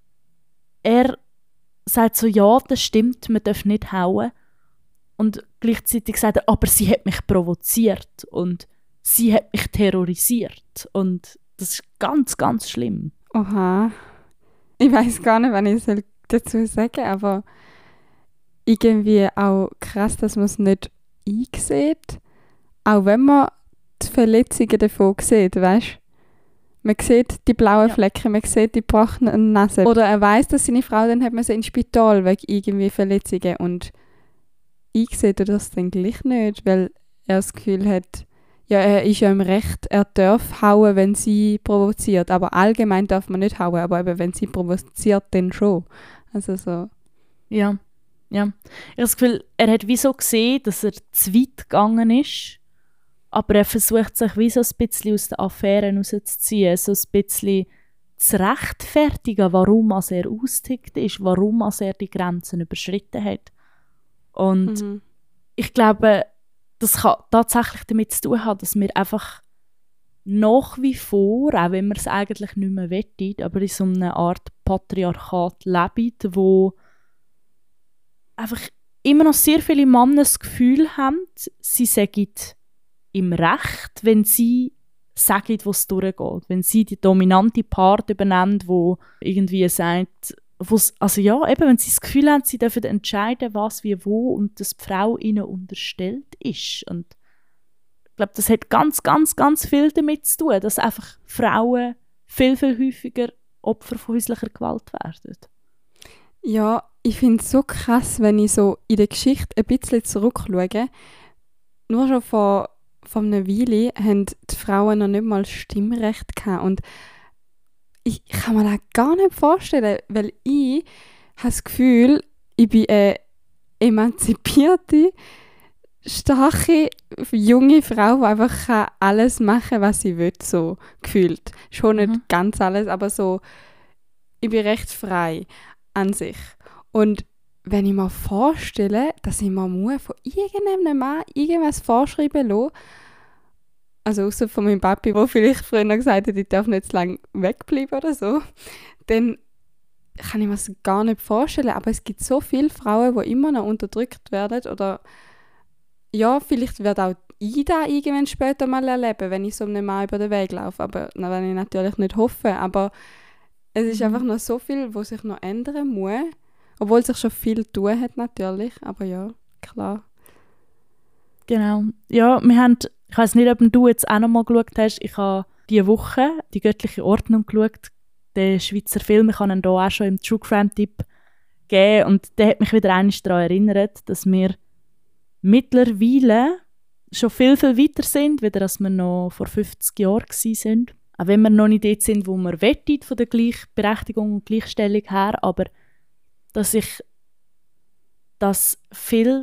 er sagt so, ja, das stimmt, man darf nicht hauen. Und gleichzeitig sagt er, aber sie hat mich provoziert und sie hat mich terrorisiert. Und das ist ganz, ganz schlimm. Oha. Ich weiß gar nicht, was ich dazu sagen soll, aber irgendwie auch krass, dass man es nicht einsieht. Auch wenn man die Verletzungen davon sieht, weißt du? Man sieht die blauen Flecken, man sieht die gebrochenen Nase. Oder er weiss, dass seine Frau, dann hat man sie ins Spital wegen irgendwie Verletzungen. Und ich sehe das dann gleich nicht, weil er das Gefühl hat, ja, er ist ja im Recht, er darf hauen, wenn sie provoziert. Aber allgemein darf man nicht hauen, aber eben, wenn sie provoziert, dann schon. Also so. Ja, ja. Ich habe das Gefühl, er hat wie so gesehen, dass er zu weit gegangen ist aber er versucht sich wie so ein bisschen aus den Affären rauszuziehen, so ein bisschen zu rechtfertigen, warum er ausgetickt ist, warum er die Grenzen überschritten hat. Und Mhm. ich glaube, das kann tatsächlich damit zu tun haben, dass wir einfach nach wie vor, auch wenn wir es eigentlich nicht mehr wollen, aber in so einer Art Patriarchat leben, wo einfach immer noch sehr viele Männer das Gefühl haben, sie seien im Recht, wenn sie sagen, wo es durchgeht. Wenn sie die dominante Part übernehmen, wo irgendwie sagt, wo's, also ja, eben, wenn sie das Gefühl haben, sie dürfen entscheiden, was, wie, wo und dass die Frau ihnen unterstellt ist. Und ich glaube, das hat ganz, ganz, ganz viel damit zu tun, dass einfach Frauen viel, viel häufiger Opfer von häuslicher Gewalt werden. Ja, ich finde es so krass, wenn ich so in der Geschichte ein bisschen zurückschaue. Nur schon vor, vor einer Weile haben die Frauen noch nicht mal Stimmrecht gehabt. Und ich kann mir das gar nicht vorstellen, weil ich habe das Gefühl, ich bin eine emanzipierte, starke, junge Frau, die einfach kann alles machen kann, was sie will, so gefühlt. Schon nicht Mhm. ganz alles, aber so, ich bin recht frei an sich. Und wenn ich mir vorstelle, dass ich mir muss von irgendeinem Mann irgendwas vorschreiben lassen, also außer von meinem Papi, der vielleicht früher gesagt hat, ich darf nicht zu lange wegbleiben oder so, dann kann ich mir das gar nicht vorstellen. Aber es gibt so viele Frauen, die immer noch unterdrückt werden oder ja, vielleicht werde auch ich das irgendwann später mal erleben, wenn ich so einem Mann über den Weg laufe. Aber das werde ich natürlich nicht hoffen. Aber es ist Mhm. einfach noch so viel, was sich noch ändern muss. Obwohl sich schon viel tun hat natürlich. Aber ja, klar. Genau. Ja, wir haben, ich weiss nicht, ob du jetzt auch noch mal geschaut hast, ich habe diese Woche die göttliche Ordnung geschaut, den Schweizer Film, ich habe ihn hier auch schon im True Crime Tipp gegeben und der hat mich wieder einmal daran erinnert, dass wir mittlerweile schon viel, viel weiter sind, wieder als wir noch vor fünfzig Jahren waren. Auch wenn wir noch nicht dort sind, wo wir wollen, von der Gleichberechtigung und Gleichstellung her, aber dass ich das viel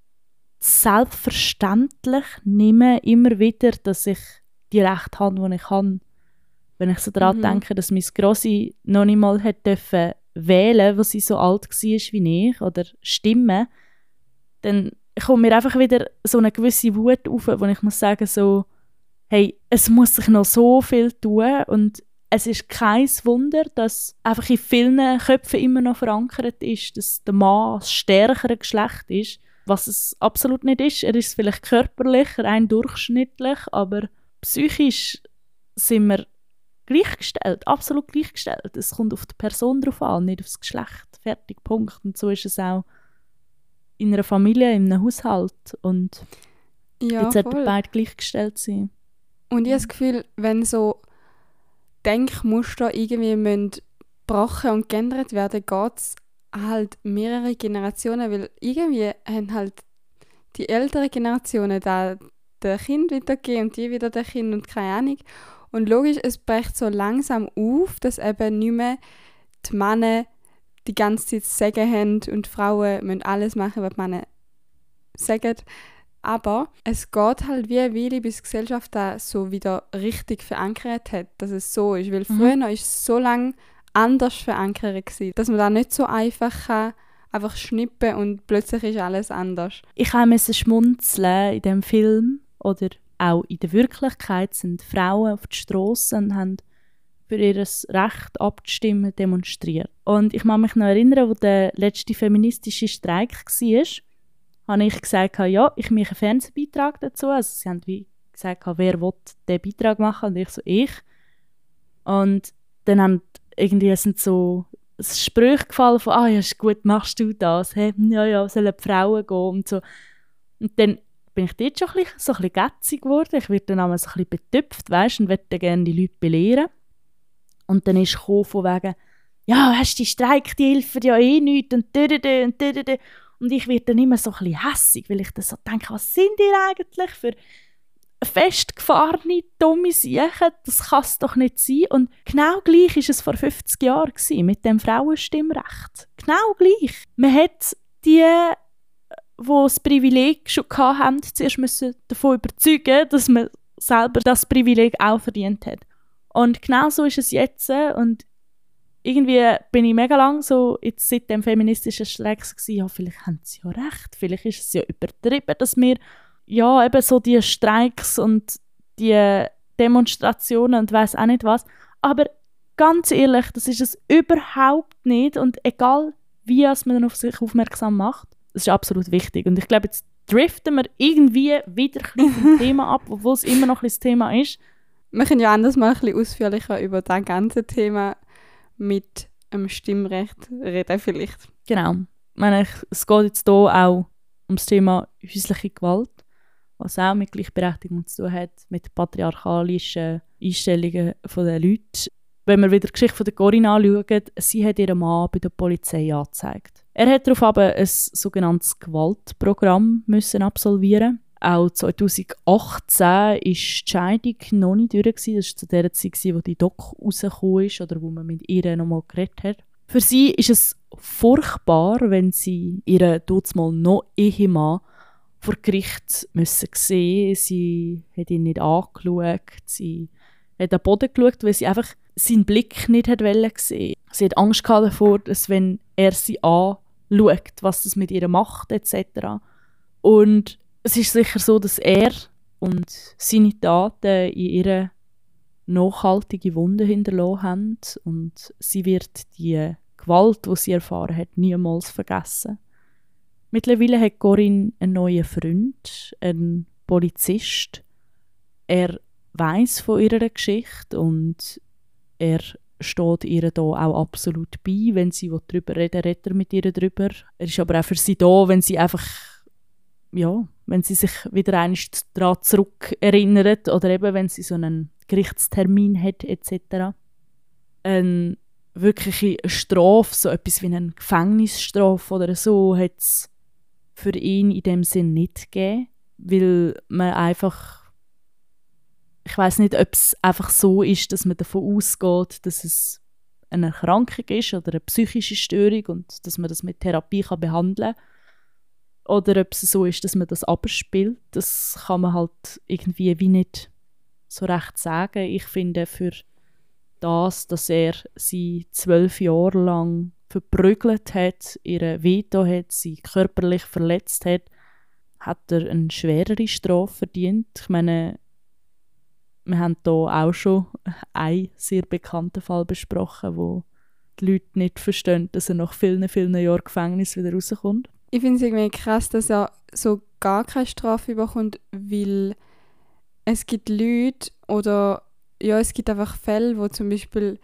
selbstverständlich nehme, immer wieder, dass ich die Rechte habe, die ich habe. Wenn ich so daran Mhm. denke, dass meine Grossi noch nicht mal hat dürfen wählen, als sie so alt war wie ich, oder stimmen, dann kommt mir einfach wieder so eine gewisse Wut auf, wo ich muss sagen, so, hey, es muss sich noch so viel tun und es ist kein Wunder, dass einfach in vielen Köpfen immer noch verankert ist, dass der Mann das stärkere Geschlecht ist, was es absolut nicht ist. Er ist vielleicht körperlich, rein durchschnittlich, aber psychisch sind wir gleichgestellt, absolut gleichgestellt. Es kommt auf die Person drauf an, nicht aufs Geschlecht. Fertig, Punkt. Und so ist es auch in einer Familie, in einem Haushalt. Und Ja, jetzt sollten voll. beide gleichgestellt sein. Und ich habe das Gefühl, wenn so Denkmuster irgendwie müssen gebrochen und geändert werden, geht es halt mehrere Generationen, weil irgendwie haben halt die älteren Generationen da den Kind weitergegeben und die wieder den Kind und keine Ahnung. Und logisch, es bricht so langsam auf, dass eben nicht mehr die Männer die ganze Zeit das Sagen haben und die Frauen müssen alles machen, was die Männer sagen. Aber es geht halt wie eine Weile, bis die Gesellschaft das so wieder richtig verankert hat, dass es so ist. Weil Mhm. früher war es so lange anders verankert gewesen, dass man da nicht so einfach kann, einfach schnippen und plötzlich ist alles anders. Ich musste schmunzeln in dem Film oder auch in der Wirklichkeit sind Frauen auf die Strasse und haben für ihr Recht abzustimmen demonstriert. Und ich kann mich noch erinnern, wo der letzte feministische Streik war, habe ich gesagt, ja, ich mache einen Fernsehbeitrag dazu. Also sie haben wie gesagt, wer will diesen Beitrag machen und ich so, ich. Und dann haben irgendwie sind so ein Sprüche gefallen von, ah ja, ist gut, machst du das? Hey, ja, ja, sollen die Frauen gehen und so. Und dann bin ich dort schon ein bisschen, so ein bisschen gätzig geworden. Ich werde dann einmal so ein bisschen betüpft, weißt, und möchte gerne die Leute belehren. Und dann ist gekommen von wegen, ja, hast du die Streik, die helfen ja eh nichts und dödödö und dödödö. Und ich werde dann immer so ein bisschen hässig, weil ich dann so denke, was sind die eigentlich für festgefahrene, dumme Siechen? Das kann es doch nicht sein. Und genau gleich war es vor fünfzig Jahren gewesen, mit dem Frauenstimmrecht. Genau gleich. Man hat die die das Privileg schon hatten, zuerst müssen davon überzeugen, dass man selber das Privileg auch verdient hat. Und genau so ist es jetzt. Und irgendwie bin ich mega lang so, jetzt seit dem feministischen Streik gewesen, ja, vielleicht haben sie ja recht, vielleicht ist es ja übertrieben, dass wir ja eben so die Streiks und die Demonstrationen und weiss auch nicht was. Aber ganz ehrlich, das ist es überhaupt nicht. Und egal, wie man auf sich aufmerksam macht, das ist absolut wichtig. Und ich glaube, jetzt driften wir irgendwie wieder ein bisschen vom Thema ab, obwohl es immer noch ein bisschen das Thema ist. Wir können ja anders mal ein bisschen ausführlicher über das ganze Thema mit einem Stimmrecht reden vielleicht. Genau. Ich meine, es geht jetzt hier auch um das Thema häusliche Gewalt, was auch mit Gleichberechtigung zu tun hat, mit patriarchalischen Einstellungen der Leute. Wenn wir wieder die Geschichte von der Corinne anschauen, sie hat ihren Mann bei der Polizei angezeigt. Er hat darauf aber ein sogenanntes Gewaltprogramm müssen absolvieren. Auch zwanzig achtzehn war die Scheidung noch nicht durch. Das war zu der Zeit, wo die Doc rausgekommen ist oder wo man mit ihr noch mal geredet hat. Für sie ist es furchtbar, wenn sie ihren mal noch Ehemann vor Gericht müssen sehen. Sie hat ihn nicht angeschaut. Sie hat an den Boden geschaut, weil sie einfach seinen Blick nicht sehen wollte. Sie hat Angst davor, dass wenn er sie anschaut, was das mit ihr macht, et cetera. Und es ist sicher so, dass er und seine Taten in ihre nachhaltige Wunden hinterlassen haben. Und sie wird die Gewalt, die sie erfahren hat, niemals vergessen. Mittlerweile hat Corinne einen neuen Freund, einen Polizist. Er weiss von ihrer Geschichte und er steht ihr da auch absolut bei. Wenn sie darüber reden will, redet er mit ihr darüber. Er ist aber auch für sie da, wenn sie einfach, ja, wenn sie sich wieder einmal daran zurück erinnert oder eben, wenn sie so einen Gerichtstermin hat et cetera. Eine wirkliche Strafe, so etwas wie eine Gefängnisstrafe oder so, hat es für ihn in dem Sinn nicht gegeben, weil man einfach, ich weiss nicht, ob es einfach so ist, dass man davon ausgeht, dass es eine Erkrankung ist oder eine psychische Störung und dass man das mit Therapie kann behandeln kann. Oder ob es so ist, dass man das abspielt. Das kann man halt irgendwie wie nicht so recht sagen. Ich finde, für das, dass er sie zwölf Jahre lang verprügelt hat, ihr Veto hat, sie körperlich verletzt hat, hat er eine schwerere Strafe verdient. Ich meine, wir haben hier auch schon einen sehr bekannten Fall besprochen, wo die Leute nicht verstehen, dass er nach vielen, vielen Jahren Gefängnis wieder rauskommt. Ich finde es irgendwie krass, dass er so gar keine Strafe bekommt, weil es gibt Leute oder ja, es gibt einfach Fälle, wo zum Beispiel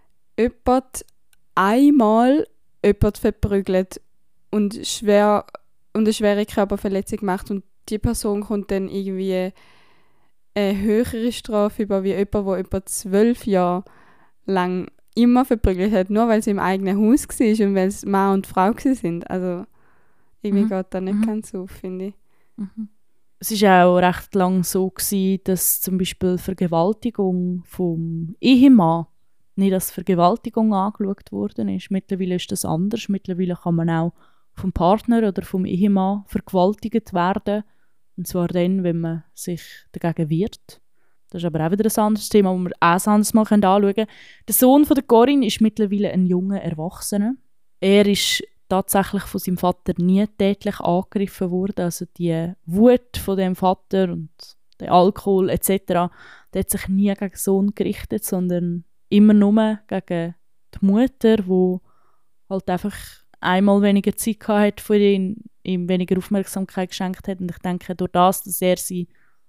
jemand einmal jemand verprügelt und, schwer, und eine schwere Körperverletzung macht und die Person kommt dann irgendwie eine höhere Strafe über wie jemand, der etwa zwölf Jahre lang immer verprügelt hat, nur weil sie im eigenen Haus war und weil es Mann und Frau sind. Also irgendwie mhm. geht das nicht mhm. ganz auf, finde ich. Mhm. Es war auch recht lang so gewesen, dass zum Beispiel Vergewaltigung vom Ehemann nicht als Vergewaltigung angeschaut worden ist. Mittlerweile ist das anders. Mittlerweile kann man auch vom Partner oder vom Ehemann vergewaltigt werden. Und zwar dann, wenn man sich dagegen wehrt. Das ist aber auch wieder ein anderes Thema, das wir auch ein anderes Mal anschauen können. Der Sohn von der Corinne ist mittlerweile ein junger Erwachsener. Er ist tatsächlich von seinem Vater nie tätlich angegriffen worden. Also die Wut von dem Vater und der Alkohol et cetera, der hat sich nie gegen den Sohn gerichtet, sondern immer nur gegen die Mutter, die halt einfach einmal weniger Zeit hatte für ihn, ihm weniger Aufmerksamkeit geschenkt hat. Und ich denke, durch das, dass er sie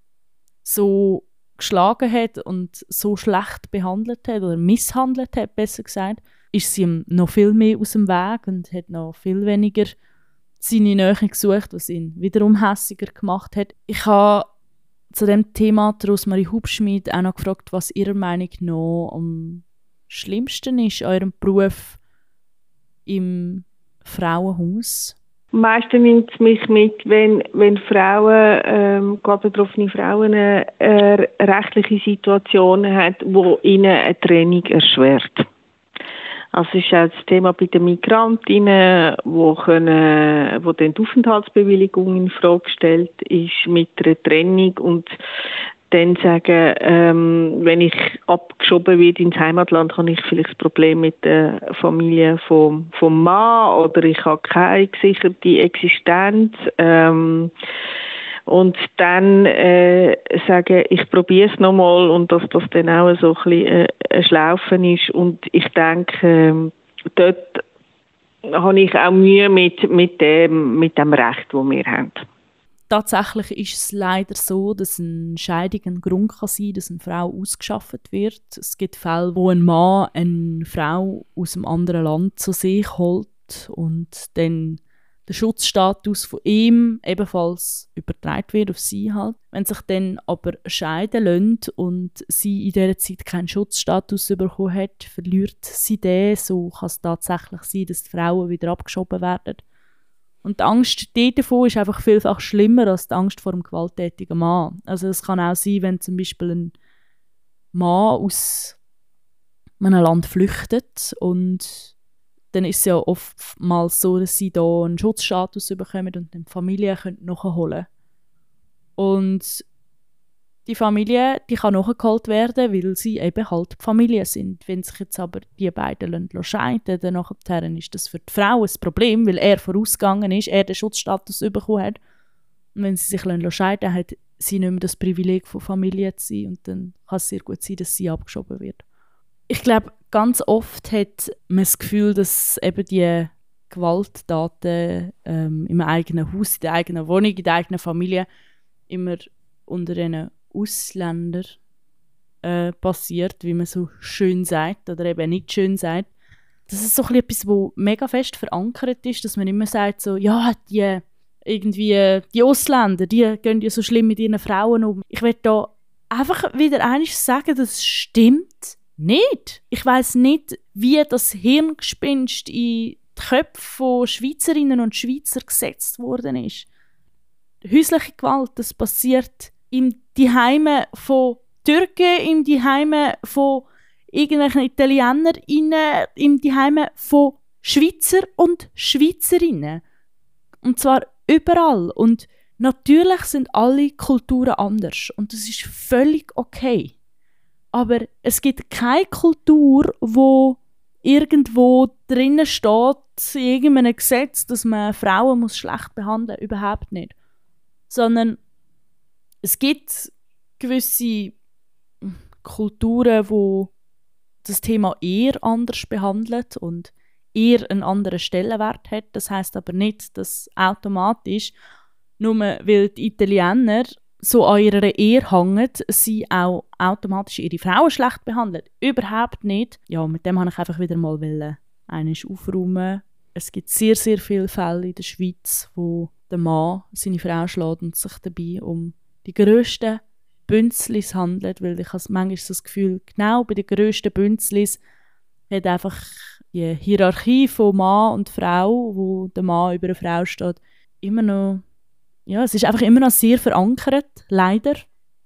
so geschlagen hat und so schlecht behandelt hat oder misshandelt hat, besser gesagt, ist sie ihm noch viel mehr aus dem Weg und hat noch viel weniger seine Nähe gesucht, was ihn wiederum hässiger gemacht hat. Ich habe zu dem Thema Rosmarie Hubschmid auch noch gefragt, was ihrer Meinung nach am schlimmsten ist an ihrem Beruf im Frauenhaus. Am meisten nimmt es mich mit, wenn, wenn Frauen, ähm, gerade betroffene Frauen, eine, eine rechtliche Situation haben, die ihnen eine Trennung erschwert. Also es ist auch das Thema bei den Migrantinnen, wo, können, wo dann die Aufenthaltsbewilligung in Frage gestellt ist mit einer Trennung und dann sagen, ähm, wenn ich abgeschoben werde ins Heimatland, habe ich vielleicht das Problem mit der Familie vom, vom Mann oder ich habe keine gesicherte Existenz. Ähm, und dann äh, sagen, ich probiere es nochmal und dass das dann auch so ein bisschen äh, ein Schlaufen ist. Und ich denke, äh, dort habe ich auch Mühe mit, mit, dem, mit dem Recht, das wir haben. Tatsächlich ist es leider so, dass eine Scheidung ein Grund kann sein kann, dass eine Frau ausgeschafft wird. Es gibt Fälle, wo ein Mann eine Frau aus einem anderen Land zu sich holt und dann der Schutzstatus von ihm ebenfalls übertragen wird auf sie halt. Wenn sich dann aber scheiden lässt und sie in dieser Zeit keinen Schutzstatus bekommen hat, verliert sie den. So kann es tatsächlich sein, dass die Frauen wieder abgeschoben werden. Und die Angst davon ist einfach vielfach schlimmer als die Angst vor einem gewalttätigen Mann. Also es kann auch sein, wenn zum Beispiel ein Mann aus einem Land flüchtet und dann ist es ja oftmals so, dass sie da einen Schutzstatus bekommen und die Familie nachholen können. Und die Familie, die kann nachgeholt werden, weil sie eben halt die Familie sind. Wenn sich jetzt aber die beiden scheiden, dann nachher ist das für die Frau ein Problem, weil er vorausgegangen ist, er den Schutzstatus bekommen hat. Und wenn sie sich scheiden lassen, hat sie nicht mehr das Privileg von Familie zu sein und dann kann es sehr gut sein, dass sie abgeschoben wird. Ich glaube, ganz oft hat man das Gefühl, dass eben die Gewalttaten ähm, im eigenen Haus, in der eigenen Wohnung, in der eigenen Familie immer unter einen Ausländern äh, passiert, wie man so schön sagt oder eben nicht schön sagt. Das ist so etwas, was mega fest verankert ist, dass man immer sagt, so, ja, die, irgendwie, die Ausländer, die gehen ja so schlimm mit ihren Frauen um. Ich will da einfach wieder einmal sagen, das stimmt nicht. Ich weiss nicht, wie das Hirngespinst in die Köpfe von Schweizerinnen und Schweizer gesetzt worden ist. Häusliche Gewalt, das passiert in die Heime von Türken, in die Heime von irgendwelchen Italienern, in die Heime von Schweizer und Schweizerinnen. Und zwar überall. Und natürlich sind alle Kulturen anders. Und das ist völlig okay. Aber es gibt keine Kultur, wo irgendwo drinnen steht, in irgendeinem Gesetz, dass man Frauen muss schlecht behandeln muss. Überhaupt nicht. Sondern es gibt gewisse Kulturen, wo das Thema eher anders behandelt und eher einen anderen Stellenwert hat. Das heisst aber nicht, dass automatisch, nur weil die Italiener so an ihrer Ehe hängen, sie auch automatisch ihre Frauen schlecht behandeln. Überhaupt nicht. Ja, mit dem wollte ich einfach wieder mal einmal aufräumen. Es gibt sehr, sehr viele Fälle in der Schweiz, wo der Mann seine Frau schlägt und sich dabei um die grössten Bünzlis handelt, weil ich habe manchmal so das Gefühl, genau bei den grössten Bünzlis hat einfach die Hierarchie von Mann und Frau, wo der Mann über eine Frau steht, immer noch, ja, es ist einfach immer noch sehr verankert, leider.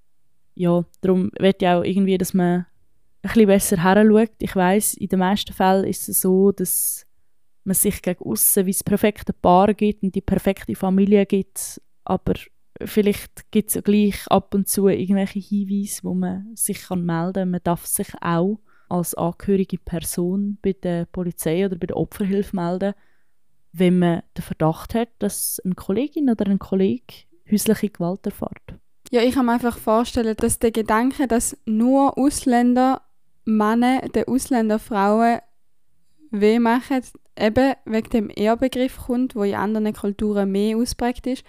Ja, darum möchte ich auch irgendwie, dass man ein bisschen besser heranschaut. Ich weiss, in den meisten Fällen ist es so, dass man sich gegen aussen wie das perfekte Paar gibt und die perfekte Familie gibt, aber vielleicht gibt es ja gleich ab und zu irgendwelche Hinweise, wo man sich kann melden kann. Man darf sich auch als angehörige Person bei der Polizei oder bei der Opferhilfe melden, wenn man den Verdacht hat, dass eine Kollegin oder ein Kollege häusliche Gewalt erfährt. Ja, ich kann mir einfach vorstellen, dass der Gedanke, dass nur Ausländer Männer den Ausländer Frauen weh machen, eben wegen dem Ehrbegriff kommt, wo in anderen Kulturen mehr ausprägt ist.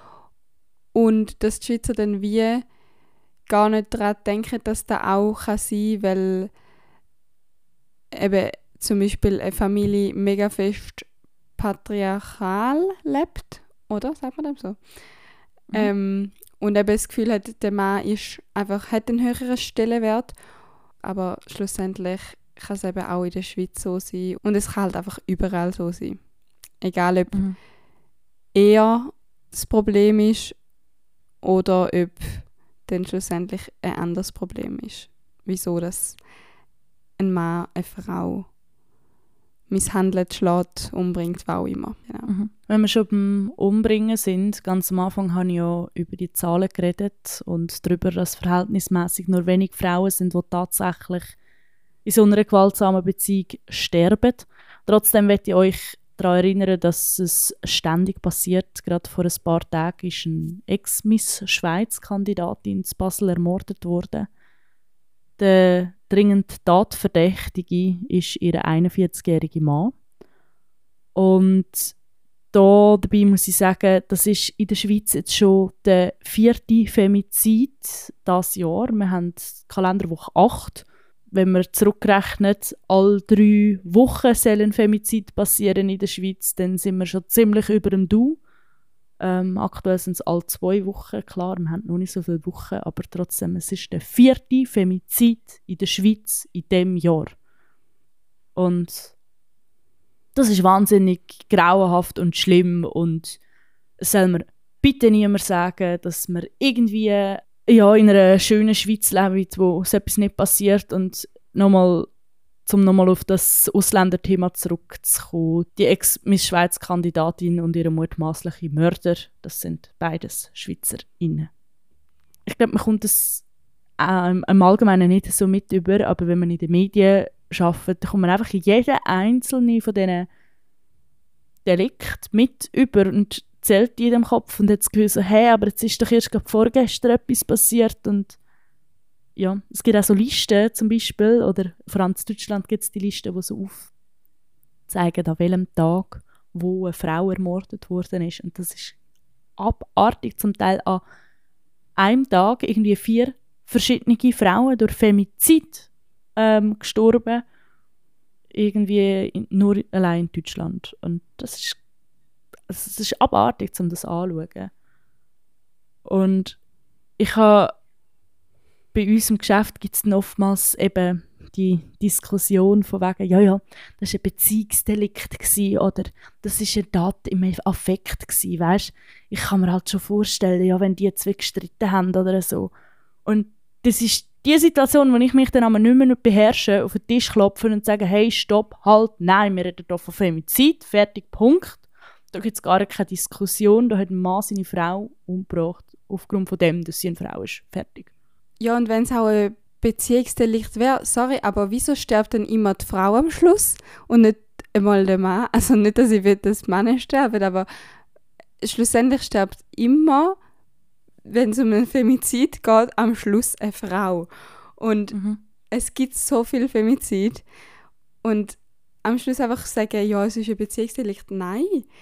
Und dass die Schweizer dann wie gar nicht daran denken, dass das auch sein kann, weil eben zum Beispiel eine Familie mega fest patriarchal lebt, oder? Sagt man das so? Mhm. Ähm, und eben das Gefühl hat, der Mann ist einfach, hat einen höheren Stellenwert, aber schlussendlich kann es eben auch in der Schweiz so sein und es kann halt einfach überall so sein. Egal, ob mhm. er das Problem ist oder ob dann schlussendlich ein anderes Problem ist. Wieso, dass ein Mann eine Frau misshandelt, schlägt, umbringt, was auch immer. Genau. Mhm. Wenn wir schon beim Umbringen sind, ganz am Anfang habe ich ja über die Zahlen geredet und darüber, dass verhältnismäßig nur wenig Frauen sind, die tatsächlich in so einer gewaltsamen Beziehung sterben. Trotzdem möchte ich euch daran erinnern, dass es ständig passiert. Gerade vor ein paar Tagen ist eine Ex-Miss-Schweiz-Kandidatin in Basel ermordet worden. Der dringend Tatverdächtige ist ihr einundvierzigjähriger Mann. Und da dabei muss ich sagen, das ist in der Schweiz jetzt schon der vierte Femizid dieses Jahr. Wir haben Kalenderwoche acht. Wenn man zurückrechnet, alle drei Wochen soll ein Femizid passieren in der Schweiz, dann sind wir schon ziemlich über dem Du. Ähm, aktuell sind es alle zwei Wochen, klar, wir haben noch nicht so viele Wochen, aber trotzdem, es ist der vierte Femizid in der Schweiz in diesem Jahr. Und das ist wahnsinnig grauenhaft und schlimm und es soll mir bitte niemand sagen, dass wir irgendwie ja, in einer schönen Schweiz leben, wo so etwas nicht passiert. Und nochmal, um nochmal auf das Ausländerthema zurückzukommen, die Ex-Miss-Schweiz-Kandidatin und ihre mutmaßliche Mörder, das sind beides SchweizerInnen. Ich glaube, man kommt das äh, im Allgemeinen nicht so mit über, aber wenn man in den Medien arbeitet, dann kommt man einfach jeden einzelnen von diesen Delikten mit über und zählt in dem Kopf und hat das Gefühl so, hey, aber jetzt ist doch erst gerade vorgestern etwas passiert und ja, es gibt auch so Listen zum Beispiel, oder vor allem in Deutschland gibt es die Listen, die so aufzeigen, an welchem Tag, wo eine Frau ermordet worden ist und das ist abartig, zum Teil an einem Tag irgendwie vier verschiedene Frauen durch Femizid ähm, gestorben, irgendwie in, nur allein in Deutschland und das ist es ist abartig, um das anzuschauen. Und ich habe bei uns im Geschäft gibt es oftmals eben die Diskussion von wegen, ja, ja, das war ein Beziehungsdelikt gewesen, oder das war eine Tat im Affekt gewesen, weißt? Ich kann mir halt schon vorstellen, ja, wenn die zwei gestritten haben oder so. Und das ist die Situation, wo ich mich dann aber nicht mehr beherrsche, auf den Tisch klopfen und sagen, hey, stopp, halt, nein, wir reden hier von Femizid, fertig, Punkt. Da gibt es gar keine Diskussion. Da hat ein Mann seine Frau umgebracht, aufgrund von dem, dass sie eine Frau ist. Fertig. Ja, und wenn es auch ein Beziehungsdelikt wäre, sorry, aber wieso stirbt dann immer die Frau am Schluss und nicht einmal der Mann? Also nicht, dass ich will, dass Männer sterben, aber schlussendlich stirbt immer, wenn es um einen Femizid geht, am Schluss eine Frau. Und mhm. es gibt so viel Femizid. Und am Schluss einfach sagen, ja, es ist ein Beziehungsdelikt. Nein.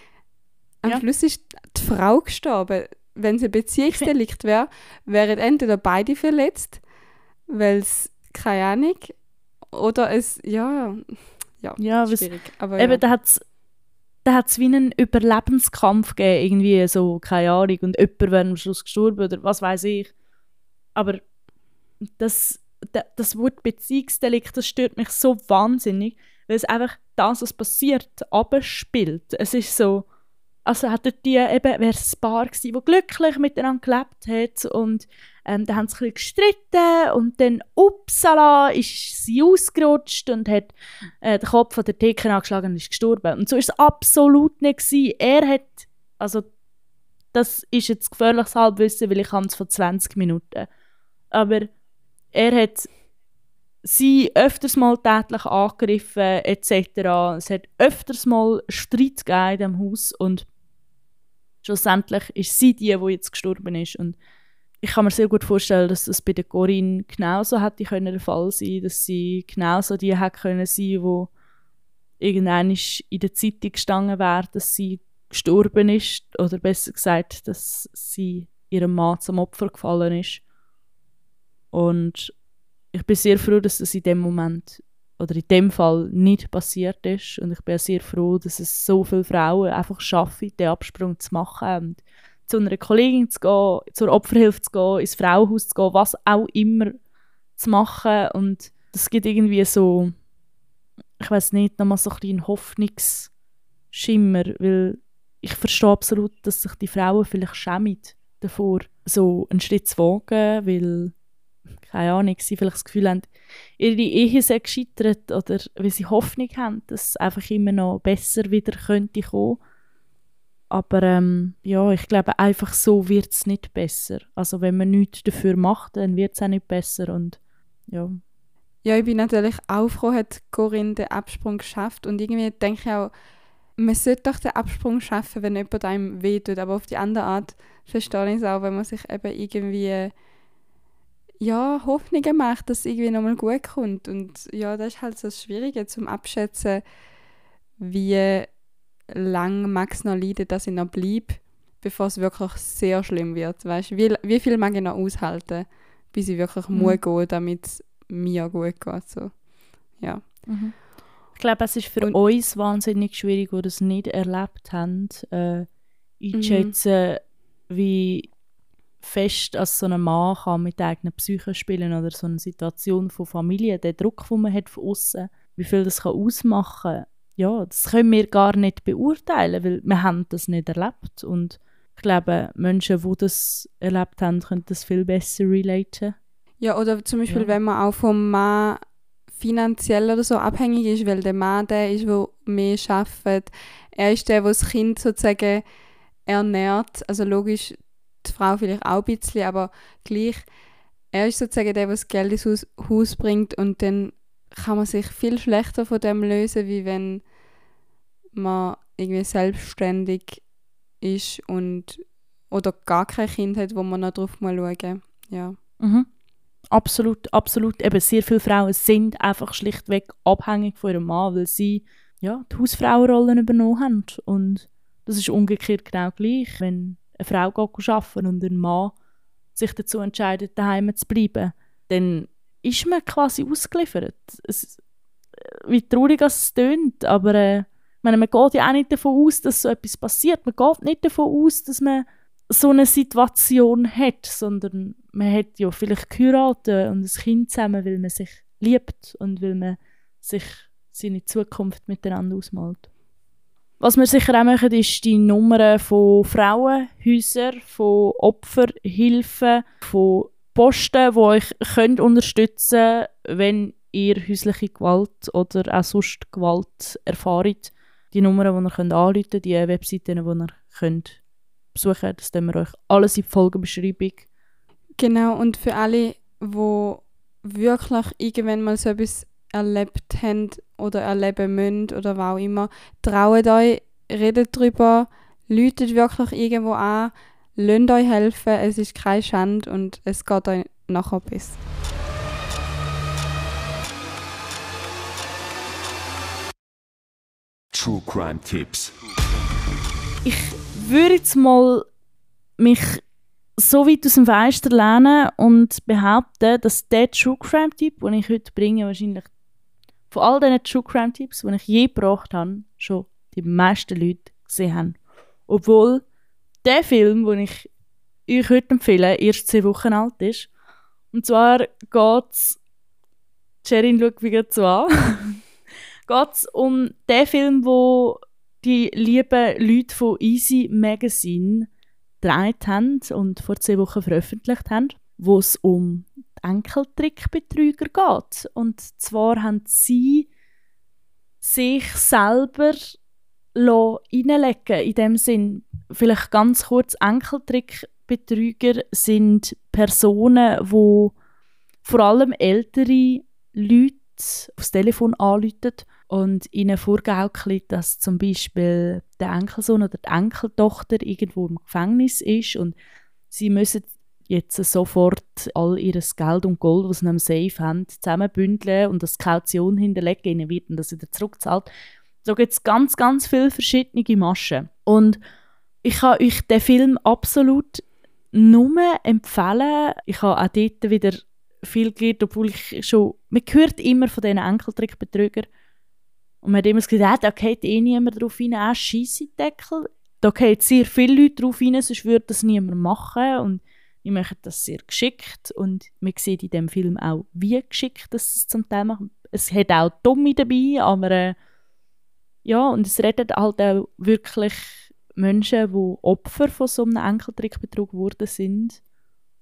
Am ja. Schluss ist die Frau gestorben. Wenn es ein Beziehungsdelikt wäre, wären entweder beide verletzt, weil es, keine Ahnung, oder es, ja, ja, ja schwierig. Was, aber eben, ja. da hat es da hat's wie einen Überlebenskampf gegeben, irgendwie so, keine Ahnung, und jemand wäre am Schluss gestorben oder was weiß ich. Aber das, das, das Wort Beziehungsdelikt, das stört mich so wahnsinnig, weil es einfach das, was passiert, abspielt. Es ist so, also hat die eben, wäre es ein Paar gewesen, das glücklich miteinander gelebt hat und ähm, dann haben sie ein bisschen gestritten und dann, upsala, ist sie ausgerutscht und hat äh, den Kopf von der Theke angeschlagen und ist gestorben. Und so war es absolut nicht gewesen. Er hat, also das ist jetzt gefährliches Halbwissen, weil ich habe es vor zwanzig Minuten. Aber er hat sie öfters mal tätlich angegriffen et cetera. Es hat öfters mal Streit gegeben in diesem Haus und schlussendlich ist sie die, die jetzt gestorben ist. Und ich kann mir sehr gut vorstellen, dass das bei der Corinne genauso hätte können der Fall sein, dass sie genauso die hätte können sein, die irgendwann in der Zeitung gestanden wäre, dass sie gestorben ist, oder besser gesagt, dass sie ihrem Mann zum Opfer gefallen ist. Und ich bin sehr froh, dass das in dem Moment oder in dem Fall nicht passiert ist. Und ich bin sehr froh, dass es so viele Frauen einfach schaffen, den Absprung zu machen und zu einer Kollegin zu gehen, zur Opferhilfe zu gehen, ins Frauenhaus zu gehen, was auch immer zu machen. Und das gibt irgendwie so, ich weiß nicht, nochmal so ein bisschen Hoffnungsschimmer, weil ich verstehe absolut, dass sich die Frauen vielleicht schämen davor, so einen Schritt zu wagen, weil keine Ahnung, sie vielleicht das Gefühl haben, ihre Ehe sei gescheitert oder weil sie Hoffnung haben, dass es einfach immer noch besser wieder könnte kommen. Aber ähm, ja, ich glaube, einfach so wird es nicht besser. Also wenn man nichts dafür macht, dann wird es auch nicht besser. Und, ja. ja, ich bin natürlich auch froh, hat Corinne den Absprung geschafft. Und irgendwie denke ich auch, man sollte doch den Absprung schaffen, wenn jemand einem wehtut. Aber auf die andere Art verstehe ich es auch, wenn man sich eben irgendwie ja, Hoffnungen macht, dass es irgendwie nochmal gut kommt. Und ja, das ist halt so das Schwierige, zum Abschätzen, wie lang mag es noch leiden, dass ich noch bleibe, bevor es wirklich sehr schlimm wird. Weißt, wie, wie viel mag ich noch aushalten, bis ich wirklich mhm. muss gehen, damit es mir gut geht. So. Ja. Mhm. Ich glaube, es ist für Und, uns wahnsinnig schwierig, die das nicht erlebt haben, äh, einzuschätzen, mhm. wie fest als so ein Mann kann mit der eigenen Psyche spielen oder so eine Situation von Familie, der Druck, den man hat von außen, wie viel das kann ausmachen kann. Ja, das können wir gar nicht beurteilen, weil wir haben das nicht erlebt. Und ich glaube, Menschen, die das erlebt haben, können das viel besser relaten. Ja, oder zum Beispiel, ja. wenn man auch vom Mann finanziell oder so abhängig ist, weil der Mann der ist, der mehr arbeitet. Er ist der, der das Kind sozusagen ernährt. Also logisch, die Frau vielleicht auch ein bisschen, aber gleich. Er ist sozusagen der, der das Geld ins Haus, Haus bringt und dann kann man sich viel schlechter von dem lösen, wie wenn man irgendwie selbstständig ist und oder gar kein Kind hat, wo man noch drauf schauen muss. Ja. Mhm. Absolut, absolut. Eben sehr viele Frauen sind einfach schlichtweg abhängig von ihrem Mann, weil sie ja, die Hausfrauenrollen übernommen haben. Und das ist umgekehrt genau gleich, wenn eine Frau geht arbeiten und ein Mann sich dazu entscheidet, daheim zu bleiben, dann ist man quasi ausgeliefert. Es, wie traurig es tönt, aber äh, ich meine, man geht ja auch nicht davon aus, dass so etwas passiert. Man geht nicht davon aus, dass man so eine Situation hat, sondern man hat ja vielleicht geheiratet und ein Kind zusammen, weil man sich liebt und weil man sich seine Zukunft miteinander ausmalt. Was wir sicher auch machen, ist die Nummern von Frauenhäusern, von Opferhilfen, von Posten, die euch könnt unterstützen könnt, wenn ihr häusliche Gewalt oder auch sonst Gewalt erfahrt. Die Nummern, die ihr könnt anrufen könnt, die Webseiten, die ihr könnt besuchen könnt, das tun wir euch alles in die Folgenbeschreibung. Genau, und für alle, die wirklich irgendwann mal so etwas erlebt haben oder erleben müssen oder was auch immer, traut euch, redet darüber, läutet wirklich irgendwo an, lasst euch helfen, es ist keine Schande und es geht euch nachher besser. True Crime Tipps. Ich würde jetzt mal mich so weit aus dem Fenster lehnen und behaupten, dass der True Crime Tipp, den ich heute bringe, wahrscheinlich von all diesen True Crime Tipps, die ich je gebracht habe, schon die meisten Leute gesehen haben. Obwohl der Film, den ich euch heute empfehle, erst zehn Wochen alt ist. Und zwar geht es, Sherin schaut mich gerade so an, geht es um den Film, wo die lieben Leute von Easy Magazine gedreht haben und vor zehn Wochen veröffentlicht haben, wo es um Enkeltrickbetrüger geht. Und zwar haben sie sich selber reinlegen in dem Sinn. Vielleicht ganz kurz, Enkeltrickbetrüger sind Personen, die vor allem ältere Leute aufs Telefon anrufen und ihnen vorgaukeln, dass zum Beispiel der Enkelsohn oder die Enkeltochter irgendwo im Gefängnis ist und sie müssen jetzt sofort all ihr Geld und Gold, das sie am Safe haben, zusammenbündeln und das Kaution hinterlegen, ihnen wird das wieder zurückgezahlt. So gibt es ganz, ganz viele verschiedene Maschen. Und ich kann euch den Film absolut nur empfehlen. Ich habe auch dort wieder viel gelernt, obwohl ich schon, man hört immer von diesen Enkeltrickbetrügern. Und man hat immer gesagt, da geht eh niemand drauf rein, auch Scheissendeckel. Da gehen sehr viele Leute drauf rein, sonst würde das niemand machen. Und die machen das sehr geschickt. Und man sieht in diesem Film auch, wie geschickt das es zum Teil macht. Es hat auch Dumme dabei, aber äh, ja, und es redet halt auch wirklich Menschen, die Opfer von so einem Enkeltrickbetrug geworden sind.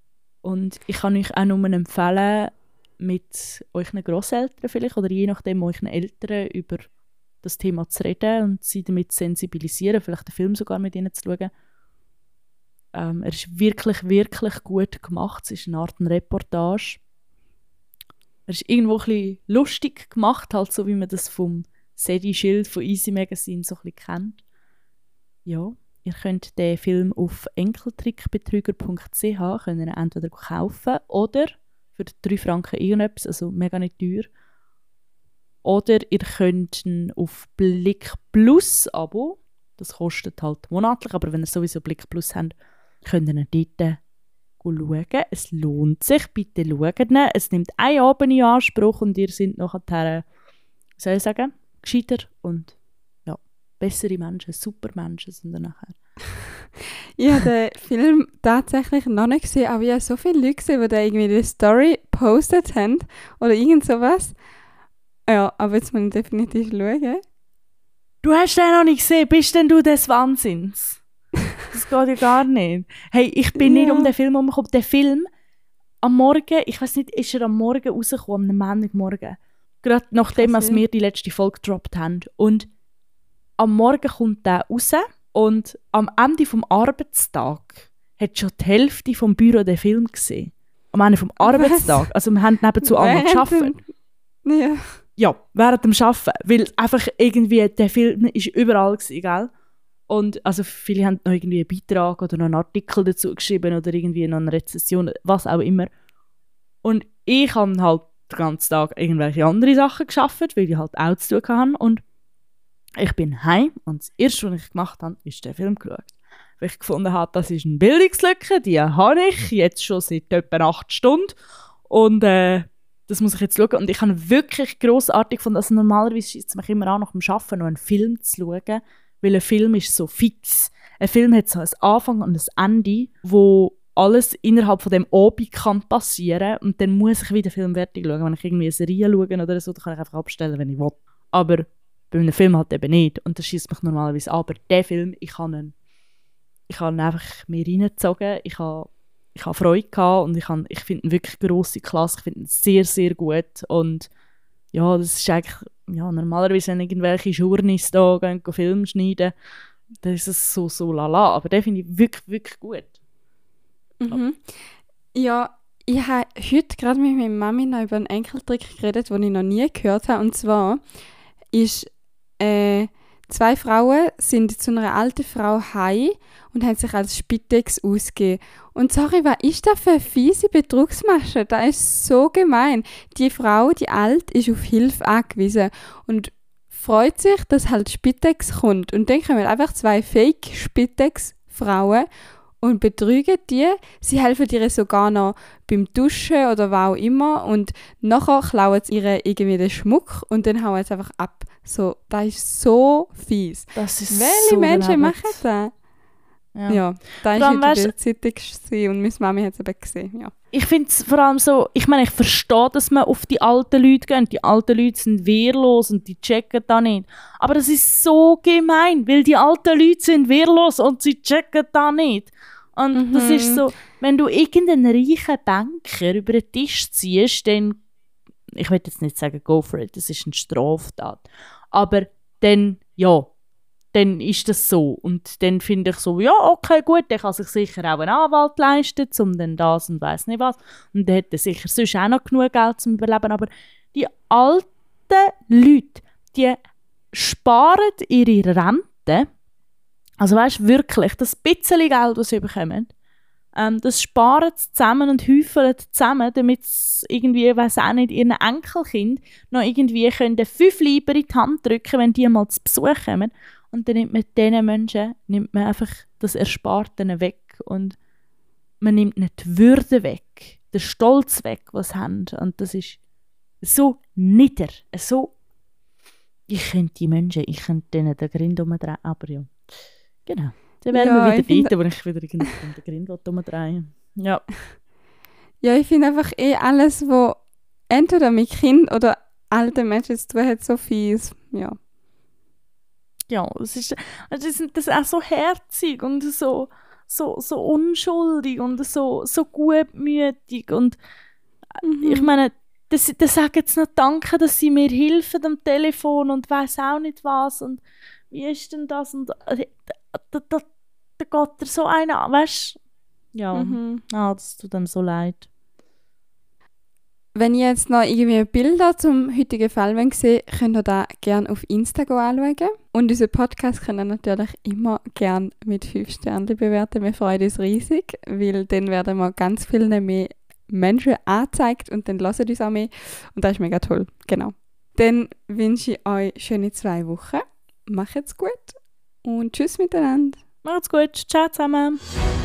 Und ich kann euch auch nur empfehlen, mit euren Grosseltern vielleicht oder je nachdem euren Eltern über das Thema zu reden und sie damit zu sensibilisieren, vielleicht den Film sogar mit ihnen zu schauen. Ähm, er ist wirklich, wirklich gut gemacht. Es ist eine Art Reportage. Er ist irgendwo ein bisschen lustig gemacht, halt so wie man das vom Sedi-Schild von Easy Magazine so ein bisschen kennt. Ja, ihr könnt den Film auf enkeltrickbetrüger punkt c h können entweder kaufen oder für drei Franken irgendetwas, also mega nicht teuer. Oder ihr könnt ihn auf Blick Plus Abo, das kostet halt monatlich, aber wenn ihr sowieso Blick Plus habt, könnt ihr ihn dort schauen. Es lohnt sich, bitte schaut ihn. Es nimmt einen Abend in Anspruch und ihr seid nachher, wie soll ich sagen, gescheiter und ja, bessere Menschen, super Menschen sind dann nachher. Ich habe den Film tatsächlich noch nicht gesehen, aber ich habe so viele Leute gesehen, die da irgendwie die Story gepostet haben oder irgend sowas. Ja, aber jetzt muss ich definitiv schauen. Du hast den noch nicht gesehen, bist denn du des Wahnsinns? Das geht ja gar nicht. Hey, ich bin ja. nicht um den Film herumgekommen. Der Film am Morgen, ich weiß nicht, ist er am Morgen rausgekommen, am Montagmorgen. Gerade nachdem als wir die letzte Folge gedroppt haben. Und am Morgen kommt der raus und am Ende des Arbeitstags hat schon die Hälfte vom Büro den Film gesehen. Am Ende des Arbeitstags. Also wir haben nebenzu alle gearbeitet. Ja. Ja, während dem Arbeiten. Weil einfach irgendwie der Film ist überall gewesen, gell? Und also viele haben noch irgendwie einen Beitrag oder noch einen Artikel dazu geschrieben oder irgendwie noch eine Rezension, was auch immer. Und ich habe halt den ganzen Tag irgendwelche andere Sachen geschafft, weil ich halt auch zu tun hatte. Und ich bin heim und das Erste, was ich gemacht habe, ist den Film geschaut. Weil ich gefunden habe, das ist eine Bildungslücke, die habe ich jetzt schon seit etwa acht Stunden. Und äh, das muss ich jetzt schauen. Und ich habe wirklich grossartig gefunden, also normalerweise schießt es mich immer an, nach dem Arbeiten noch einen Film zu schauen, weil ein Film ist so fix. Ein Film hat so einen Anfang und ein Ende, wo alles innerhalb von dem Abend kann passieren und dann muss ich wieder den Film fertig schauen. Wenn ich irgendwie eine Serie schaue oder so, dann kann ich einfach abstellen, wenn ich will. Aber bei einem Film halt eben nicht. Und das schießt mich normalerweise an. Aber der Film, ich habe ihn, ich habe ihn einfach mir reingezogen. Ich habe, ich habe Freude gehabt und ich, habe, ich finde ihn wirklich grosse Klasse. Ich finde ihn sehr, sehr gut. Und ja, das ist eigentlich, ja, normalerweise, wenn irgendwelche Journeys da gehen, gehen Film schneiden, dann ist es so, so lala. Aber den finde ich wirklich, wirklich gut. Mhm. Ja, ich habe heute gerade mit meiner Mami noch über einen Enkeltrick geredet, den ich noch nie gehört habe. Und zwar ist, äh, zwei Frauen sind zu einer alten Frau heim und haben sich als Spitex ausgegeben. Und sorry, was ist das für eine fiese Betrugsmasche? Das ist so gemein. Die Frau, die alt, ist auf Hilfe angewiesen und freut sich, dass halt Spitex kommt. Und dann kommen einfach zwei Fake-Spitex-Frauen und betrügen die. Sie helfen ihr sogar noch beim Duschen oder was auch immer. Und nachher klauen sie ihr irgendwie den Schmuck und dann hauen sie einfach ab. So, das ist so fies. Das ist Welche so Menschen belebend. machen das? Ja. Ja, da Vor allem, war weißt- heute in der Zeitung und meine Mami hat es eben gesehen. Ja. Ich finde es vor allem so, ich meine, ich verstehe, dass man auf die alten Leute geht. Die alten Leute sind wehrlos und die checken da nicht. Aber das ist so gemein, weil die alten Leute sind wehrlos und sie checken da nicht. Und Mhm. das ist so, wenn du irgendeinen reichen Banker über den Tisch ziehst, dann, ich will jetzt nicht sagen, go for it, das ist eine Straftat. Aber dann, ja, dann ist das so. Und dann finde ich so, ja, okay, gut, der kann sich sicher auch einen Anwalt leisten, um dann das und weiss nicht was. Und der hätte sicher sonst auch noch genug Geld zum Überleben. Aber die alten Leute, die sparen ihre Rente, also weißt du, wirklich, das bisschen Geld, das sie bekommen, ähm, das sparen sie zusammen und häufeln zusammen, damit sie irgendwie, weiss auch nicht, ihren Enkelkind noch irgendwie können fünf Lieber in die Hand drücken, wenn die mal zu Besuch kommen. Und dann nimmt man diesen Menschen nimmt man einfach das Ersparte weg und man nimmt nicht die Würde weg, den Stolz weg, was sie haben. Und das ist so nieder, so... Ich könnte die Menschen, ich könnte denen den Grind umdrehen, aber ja. Genau. Dann wären Ja, wir ich wieder finde- dort, wo ich wieder irgendwie den Grind umdrehen will. Ja. Ja, ich finde einfach eh alles, was entweder mit Kind oder alten Menschen zu tun hat, so fies. Ja. Ja, es ist, also das ist das ist auch so herzig und so, so, so unschuldig und so, so gutmütig. Und Mhm. ich meine, das, das sagen sie noch Danke, dass sie mir helfen am Telefon und weiss auch nicht was. Und wie ist denn das? Und äh, da, da, da, da geht er so einer an, weißt du? Ja, Mhm. ah, das tut einem so leid. Wenn ihr jetzt noch irgendwie Bilder zum heutigen Fall sehen wollt, könnt ihr da gerne auf Insta anschauen. Und unseren Podcast könnt ihr natürlich immer gerne mit fünf Sternen bewerten. Wir freuen uns riesig, weil dann werden wir ganz vielen mehr Menschen angezeigt und dann hören uns auch mehr. Und das ist mega toll. Genau. Dann wünsche ich euch schöne zwei Wochen. Macht's gut und tschüss miteinander. Macht's gut, ciao zusammen.